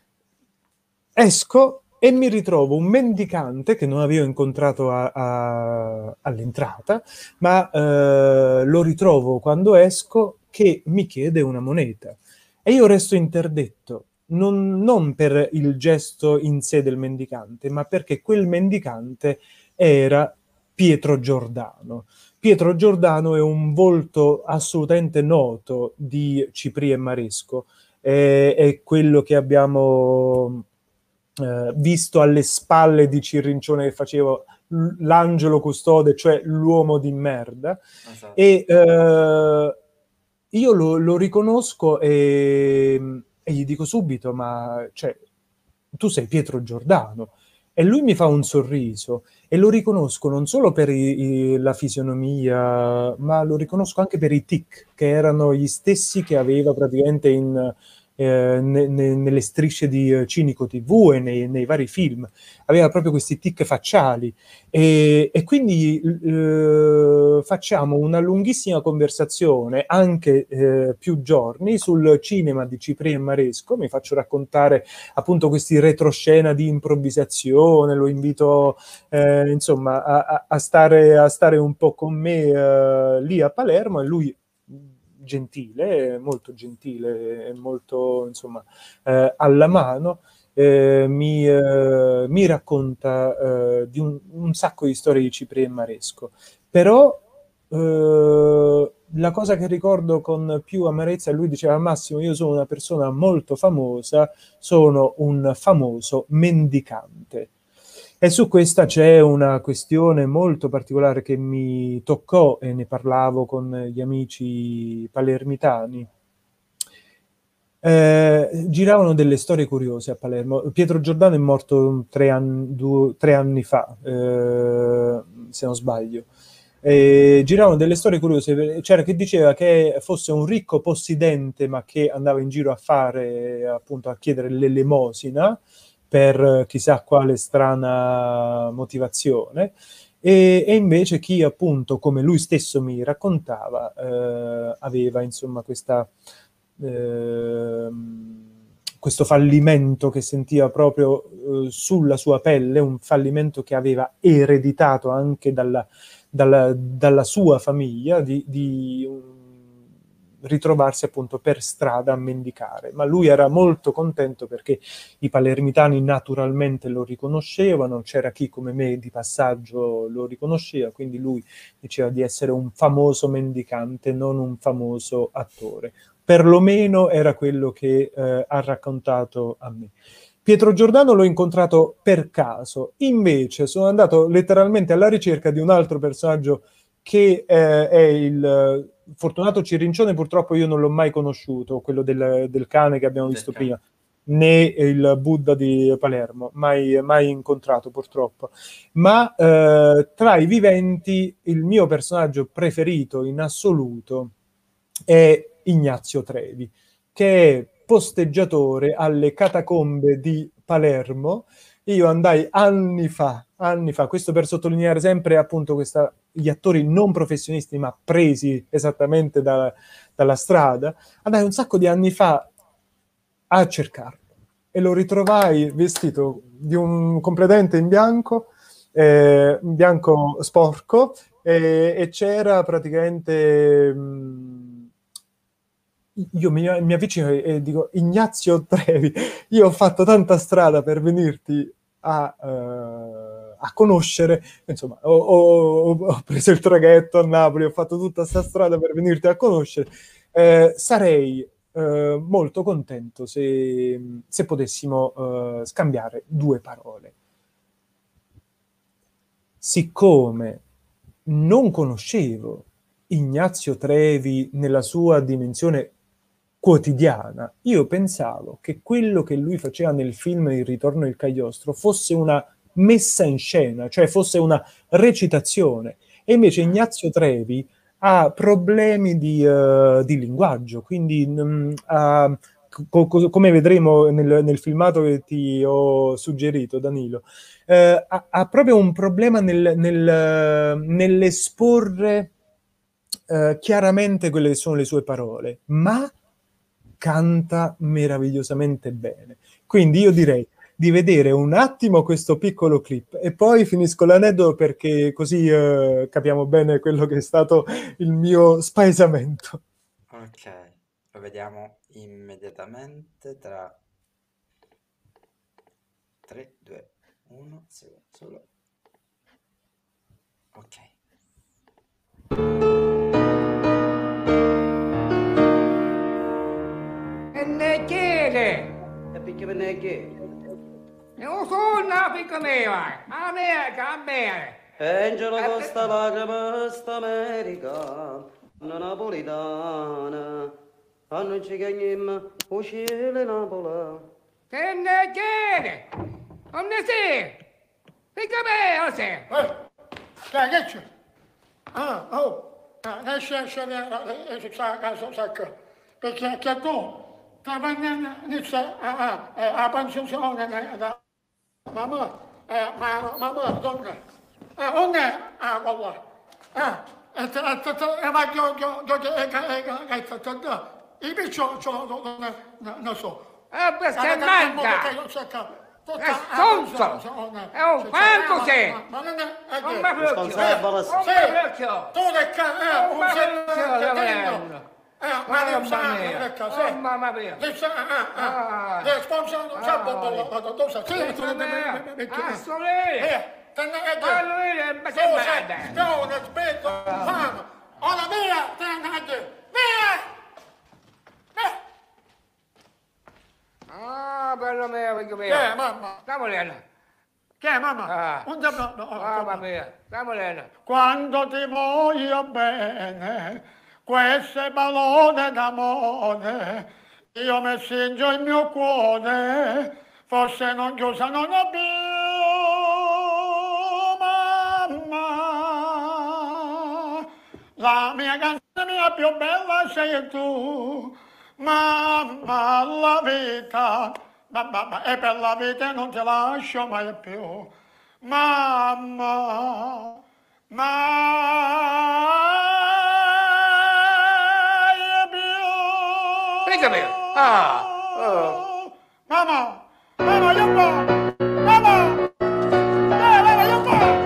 Esco e mi ritrovo un mendicante che non avevo incontrato a, a, all'entrata, ma eh, lo ritrovo quando esco, che mi chiede una moneta. E io resto interdetto, non, non per il gesto in sé del mendicante, ma perché quel mendicante era Pietro Giordano. Pietro Giordano è un volto assolutamente noto di Cipriè Maresco, è, è quello che abbiamo eh, visto alle spalle di Cirrincione, che faceva l'angelo custode, cioè l'uomo di merda. Esatto. E eh, io lo, lo riconosco e, e gli dico subito, ma cioè, tu sei Pietro Giordano. E lui mi fa un sorriso e lo riconosco non solo per i, i, la fisionomia, ma lo riconosco anche per i tic, che erano gli stessi che aveva praticamente in, eh, ne, ne, nelle strisce di Cinico tivù e nei, nei vari film. Aveva proprio questi tic facciali. E, e quindi eh, facciamo una lunghissima conversazione, anche eh, più giorni, sul cinema di Cipriè Maresco. Mi faccio raccontare appunto questi retroscena di improvvisazione, lo invito eh, insomma a, a, stare, a stare un po' con me eh, lì a Palermo, e lui gentile, molto gentile, molto insomma eh, alla mano. Eh, mi, eh, mi racconta eh, di un, un sacco di storie di Cipriè Maresco, però eh, la cosa che ricordo con più amarezza, lui diceva: Massimo, io sono una persona molto famosa, sono un famoso mendicante. E su questa c'è una questione molto particolare che mi toccò, e ne parlavo con gli amici palermitani. Eh, giravano delle storie curiose a Palermo. Pietro Giordano è morto tre anni, due, tre anni fa, eh, se non sbaglio. E giravano delle storie curiose. C'era chi diceva che fosse un ricco possidente, ma che andava in giro a fare, appunto, a chiedere l'elemosina per chissà quale strana motivazione. E, e invece chi, appunto, come lui stesso mi raccontava, eh, aveva insomma questa eh, questo fallimento che sentiva proprio eh, sulla sua pelle, un fallimento che aveva ereditato anche dalla, dalla, dalla sua famiglia, di, di um, ritrovarsi appunto per strada a mendicare. Ma lui era molto contento perché i palermitani naturalmente lo riconoscevano, c'era chi come me di passaggio lo riconosceva, quindi lui diceva di essere un famoso mendicante, non un famoso attore. Perlomeno era quello che eh, ha raccontato a me. Pietro Giordano l'ho incontrato per caso, invece sono andato letteralmente alla ricerca di un altro personaggio che eh, è il Fortunato Cirrincione. Purtroppo io non l'ho mai conosciuto, quello del, del cane che abbiamo visto prima, né il Buddha di Palermo, mai, mai incontrato purtroppo. Ma eh, tra i viventi il mio personaggio preferito in assoluto è Ignazio Trevi, che è posteggiatore alle catacombe di Palermo. Io andai anni fa, anni fa, questo per sottolineare sempre appunto questa, gli attori non professionisti ma presi esattamente da, dalla strada, andai un sacco di anni fa a cercarlo. e lo ritrovai vestito di un completamente in bianco, eh, in bianco sporco, eh, e c'era praticamente... Mh, io mi, mi avvicino e, e dico: Ignazio Trevi, io ho fatto tanta strada per venirti a, uh, a conoscere, insomma, ho, ho, ho preso il traghetto a Napoli, ho fatto tutta questa strada per venirti a conoscere, eh, sarei uh, molto contento se, se potessimo uh, scambiare due parole. Siccome non conoscevo Ignazio Trevi nella sua dimensione quotidiana, io pensavo che quello che lui faceva nel film Il ritorno del Cagliostro fosse una messa in scena, cioè fosse una recitazione, e invece Ignazio Trevi ha problemi di, uh, di linguaggio, quindi um, uh, co- co- come vedremo nel, nel filmato che ti ho suggerito, Danilo, uh, ha, ha proprio un problema nel, nel, uh, nell'esporre uh, chiaramente quelle che sono le sue parole, ma canta meravigliosamente bene. Quindi io direi di vedere un attimo questo piccolo clip e poi finisco l'aneddoto, perché così uh, capiamo bene quello che è stato il mio spaesamento. Ok, lo vediamo immediatamente tra tre, due, uno, secondo solo. Ok. E ne chiede? E perché me ne chiede? Non so una picca mia, a me, a me. Angelo Costa Lacrima, sta America, una napolitana, a noi ci chiamiamo Ucile Napola. Che ne chiede? Non ne sei? Picca me, sei? Eh, dai, che c'è? Ah, oh, esce, esce, esce, sa, casa, sacca, perché che tu, stamattina inizia a, a, a pensione da mamma, eh, ma, mamma, donna, eh, onde, ah, quella, eh, e, e, e, ma io, io, io, che, che, che, che, che, che, i piccioli, non so. Eh, questo è manca! È stonzo! È un quanto sei! Ma non è... Non mi blocchio! Responsabile, sì. Non mi blocchio! Tu che ca... Non mi blocchio, Leonello! Eh, ma non sa, Mamma mia! ecco, sì. Oh, mamma mia! Ah, responsabile, sa, tu sa, sì, tu ne... Assolutamente! Eh, te ne... Assolutamente! Ma che merda! No, non aspetto, fama! Ora via, te ne... Via! Ah, bello mio, amico mio! Che, mamma? Damolena! Che, mamma? Ah. Un giorno... No, Mamma mia! Damolena! Quando ti voglio bene, queste parole d'amore, io mi stringo il mio cuore, forse non chiusa non ho più, mamma. La mia canzone mia più bella sei tu, mamma, la vita, mamma, e per la vita non ti lascio mai più, mamma, mai più. Pregami! Ah! Oh. Mamma, mamma, io po', mamma, eh, mamma, io po'.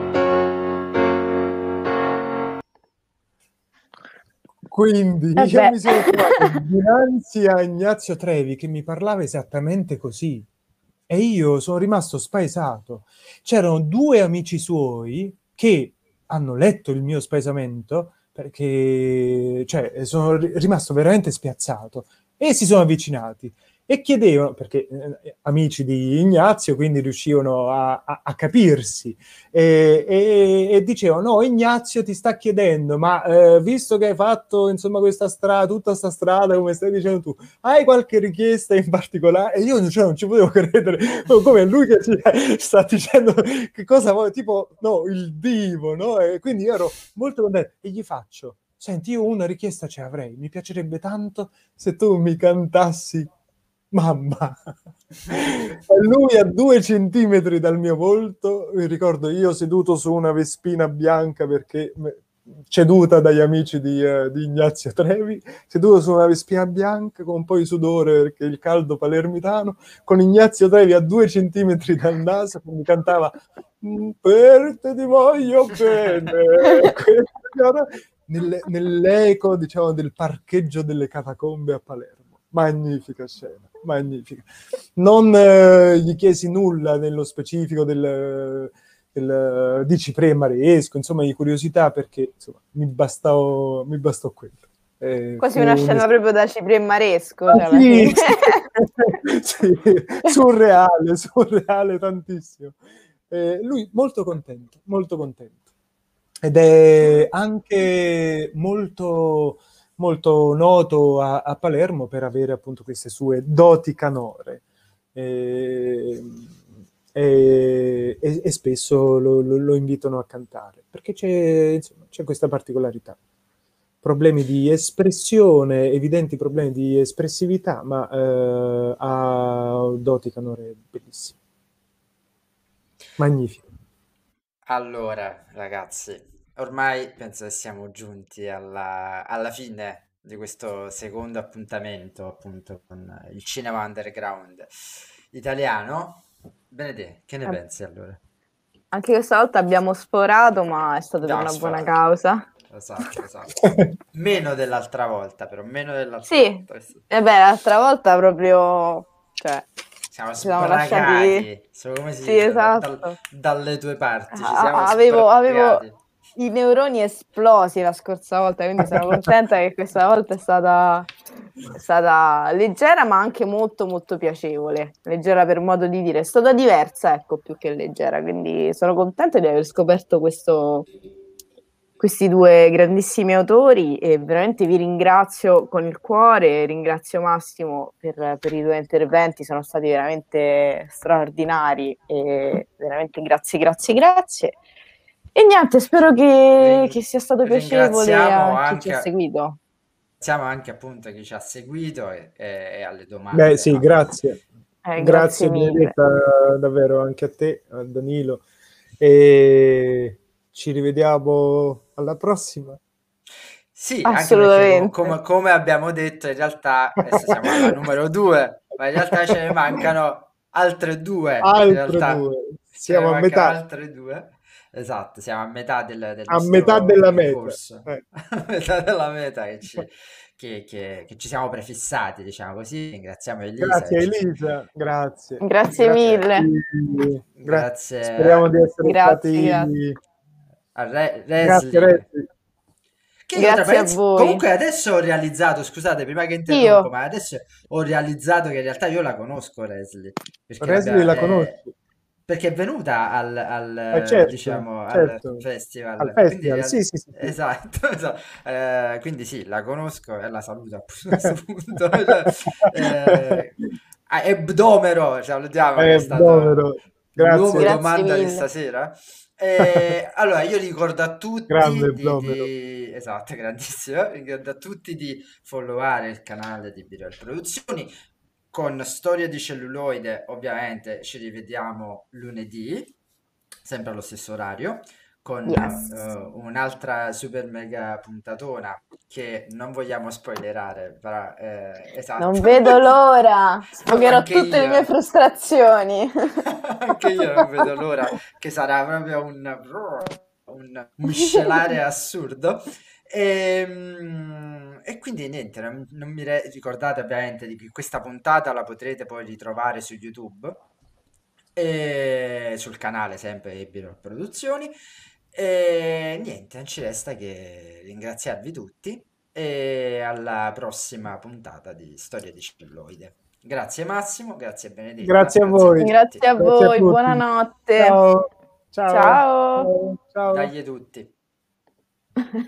Quindi Eh io beh. mi sono trovato dinanzi a Ignazio Trevi che mi parlava esattamente così e io sono rimasto spaesato. C'erano due amici suoi che hanno letto il mio spaesamento, perché cioè, sono ri- rimasto veramente spiazzato, e si sono avvicinati e chiedevano, perché eh, amici di Ignazio, quindi riuscivano a, a, a capirsi, e, e, e dicevano: no, Ignazio ti sta chiedendo, ma eh, visto che hai fatto insomma questa strada, tutta questa strada, come stai dicendo tu, hai qualche richiesta in particolare? E io cioè, non ci potevo credere, come lui che ci sta dicendo che cosa vuole, tipo, no, il divo, no? E quindi io ero molto contento e gli faccio: senti, io una richiesta ce l'avrei, mi piacerebbe tanto se tu mi cantassi Mamma. E lui a due centimetri dal mio volto, mi ricordo io seduto su una vespina bianca, perché ceduta dagli amici di, eh, di Ignazio Trevi, seduto su una Vespina bianca con un po' di sudore perché il caldo palermitano, con Ignazio Trevi a due centimetri dal naso che mi cantava "Per te ti voglio bene", Nelle, nell'eco, diciamo, del parcheggio delle catacombe a Palermo. Magnifica scena, magnifica. Non eh, gli chiesi nulla nello specifico del, del di Ciprè Maresco, insomma, di curiosità, perché insomma, mi bastò, mi bastò quello. Eh, Quasi fu una un- scena proprio da Ciprè Maresco, Ah, cioè, alla sì, fine. sì, surreale, surreale tantissimo. Eh, lui molto contento, molto contento. Ed è anche molto, molto noto a, a Palermo per avere appunto queste sue doti canore. E, e- e- e spesso lo, lo- lo invitano a cantare, perché c'è, insomma, c'è questa particolarità. Problemi di espressione, evidenti problemi di espressività, ma eh, ha doti canore bellissime. Magnifico. Allora, ragazzi, ormai penso che siamo giunti alla, alla fine di questo secondo appuntamento, appunto, con il cinema underground italiano. Benedè, che ne Eh, pensi allora? Anche questa volta abbiamo sforato, ma è stato per Abbiamo una buona sforato. causa. Esatto, esatto. Meno dell'altra volta, però, meno dell'altra Sì, volta. e beh, l'altra volta proprio, cioè, Siamo ci siamo lasciati... sbragati, so come si Sì, dice, da- dal- esatto. dalle tue parti, ci A- siamo Avevo, avevo sbragati. i neuroni esplosi la scorsa volta, quindi sono contenta che questa volta è stata, è stata leggera, ma anche molto molto piacevole. Leggera per modo di dire, è stata diversa, ecco, più che leggera, quindi sono contenta di aver scoperto questo, questi due grandissimi autori e veramente vi ringrazio con il cuore, ringrazio Massimo per, per i due interventi, sono stati veramente straordinari e veramente grazie, grazie, grazie. E niente, spero che, Ring- che sia stato piacevole ringraziamo a chi ci ha anche, seguito. ringraziamo anche appunto chi ci ha seguito e, e- e alle Beh, domande sì, fatte. grazie. Eh, grazie Grazie mille. Benedetta, davvero anche a te, a Danilo. E ci rivediamo alla prossima. Sì, anche perché Assolutamente. co- come, come abbiamo detto, in realtà adesso siamo alla numero due, ma in realtà ce ne mancano altre due. In Altre realtà due. ce ne Siamo a mancano metà, altre due. Esatto, siamo a metà del, del a metà nostro della meta. percorso, Eh. a metà della meta che ci, che, che- che ci siamo prefissati, diciamo così. Ringraziamo Elisa. Grazie che ci- Elisa, grazie. Grazie Grazie. mille. Gra- Grazie Speriamo di essere Grazie, stati... grazie. a Re- Grazie Leslie. Rezzi. Che io, tra Grazie a parentesi, voi. comunque adesso ho realizzato, scusate, prima che interrompo, Io. ma adesso ho realizzato che in realtà io la conosco Leslie, perché Leslie la l'abbia- eh, conosci? perché è venuta al, al, Eh, certo, diciamo, certo. al festival. Al Quindi, festival, real- sì, sì, sì, sì. esatto, esatto. Eh, quindi sì, la conosco e la saluto appunto a questo punto. Cioè, eh, ah, Ebdomero, salutiamo, che Eh, è stato Dovero. Grazie. l'uomo Grazie domanda di mille. stasera. Eh, allora, io ricordo a tutti Grande di, Blomero. di- esatto, grandissimo, ricordo a tutti di followare il canale di Birel Produzioni. Con Storia di celluloide, ovviamente, ci rivediamo lunedì, sempre allo stesso orario, con Yes. eh, un'altra super mega puntatona che non vogliamo spoilerare, però eh, esatto. Non vedo l'ora. Sfogherò Anche tutte le io. mie frustrazioni. Anche io non vedo l'ora, che sarà proprio un, un miscelare assurdo. E, mm, e quindi niente, non, non mi re- ricordate ovviamente di che questa puntata la potrete poi ritrovare su YouTube e sul canale sempre Ebiro Produzioni. E niente, non ci resta che ringraziarvi tutti e alla prossima puntata di Storia di Celluloide. Grazie Massimo, grazie Benedetta. Grazie a voi. Grazie a Grazie a voi, tutti. buonanotte. Ciao. Ciao. Ciao. Ciao. Dagli tutti.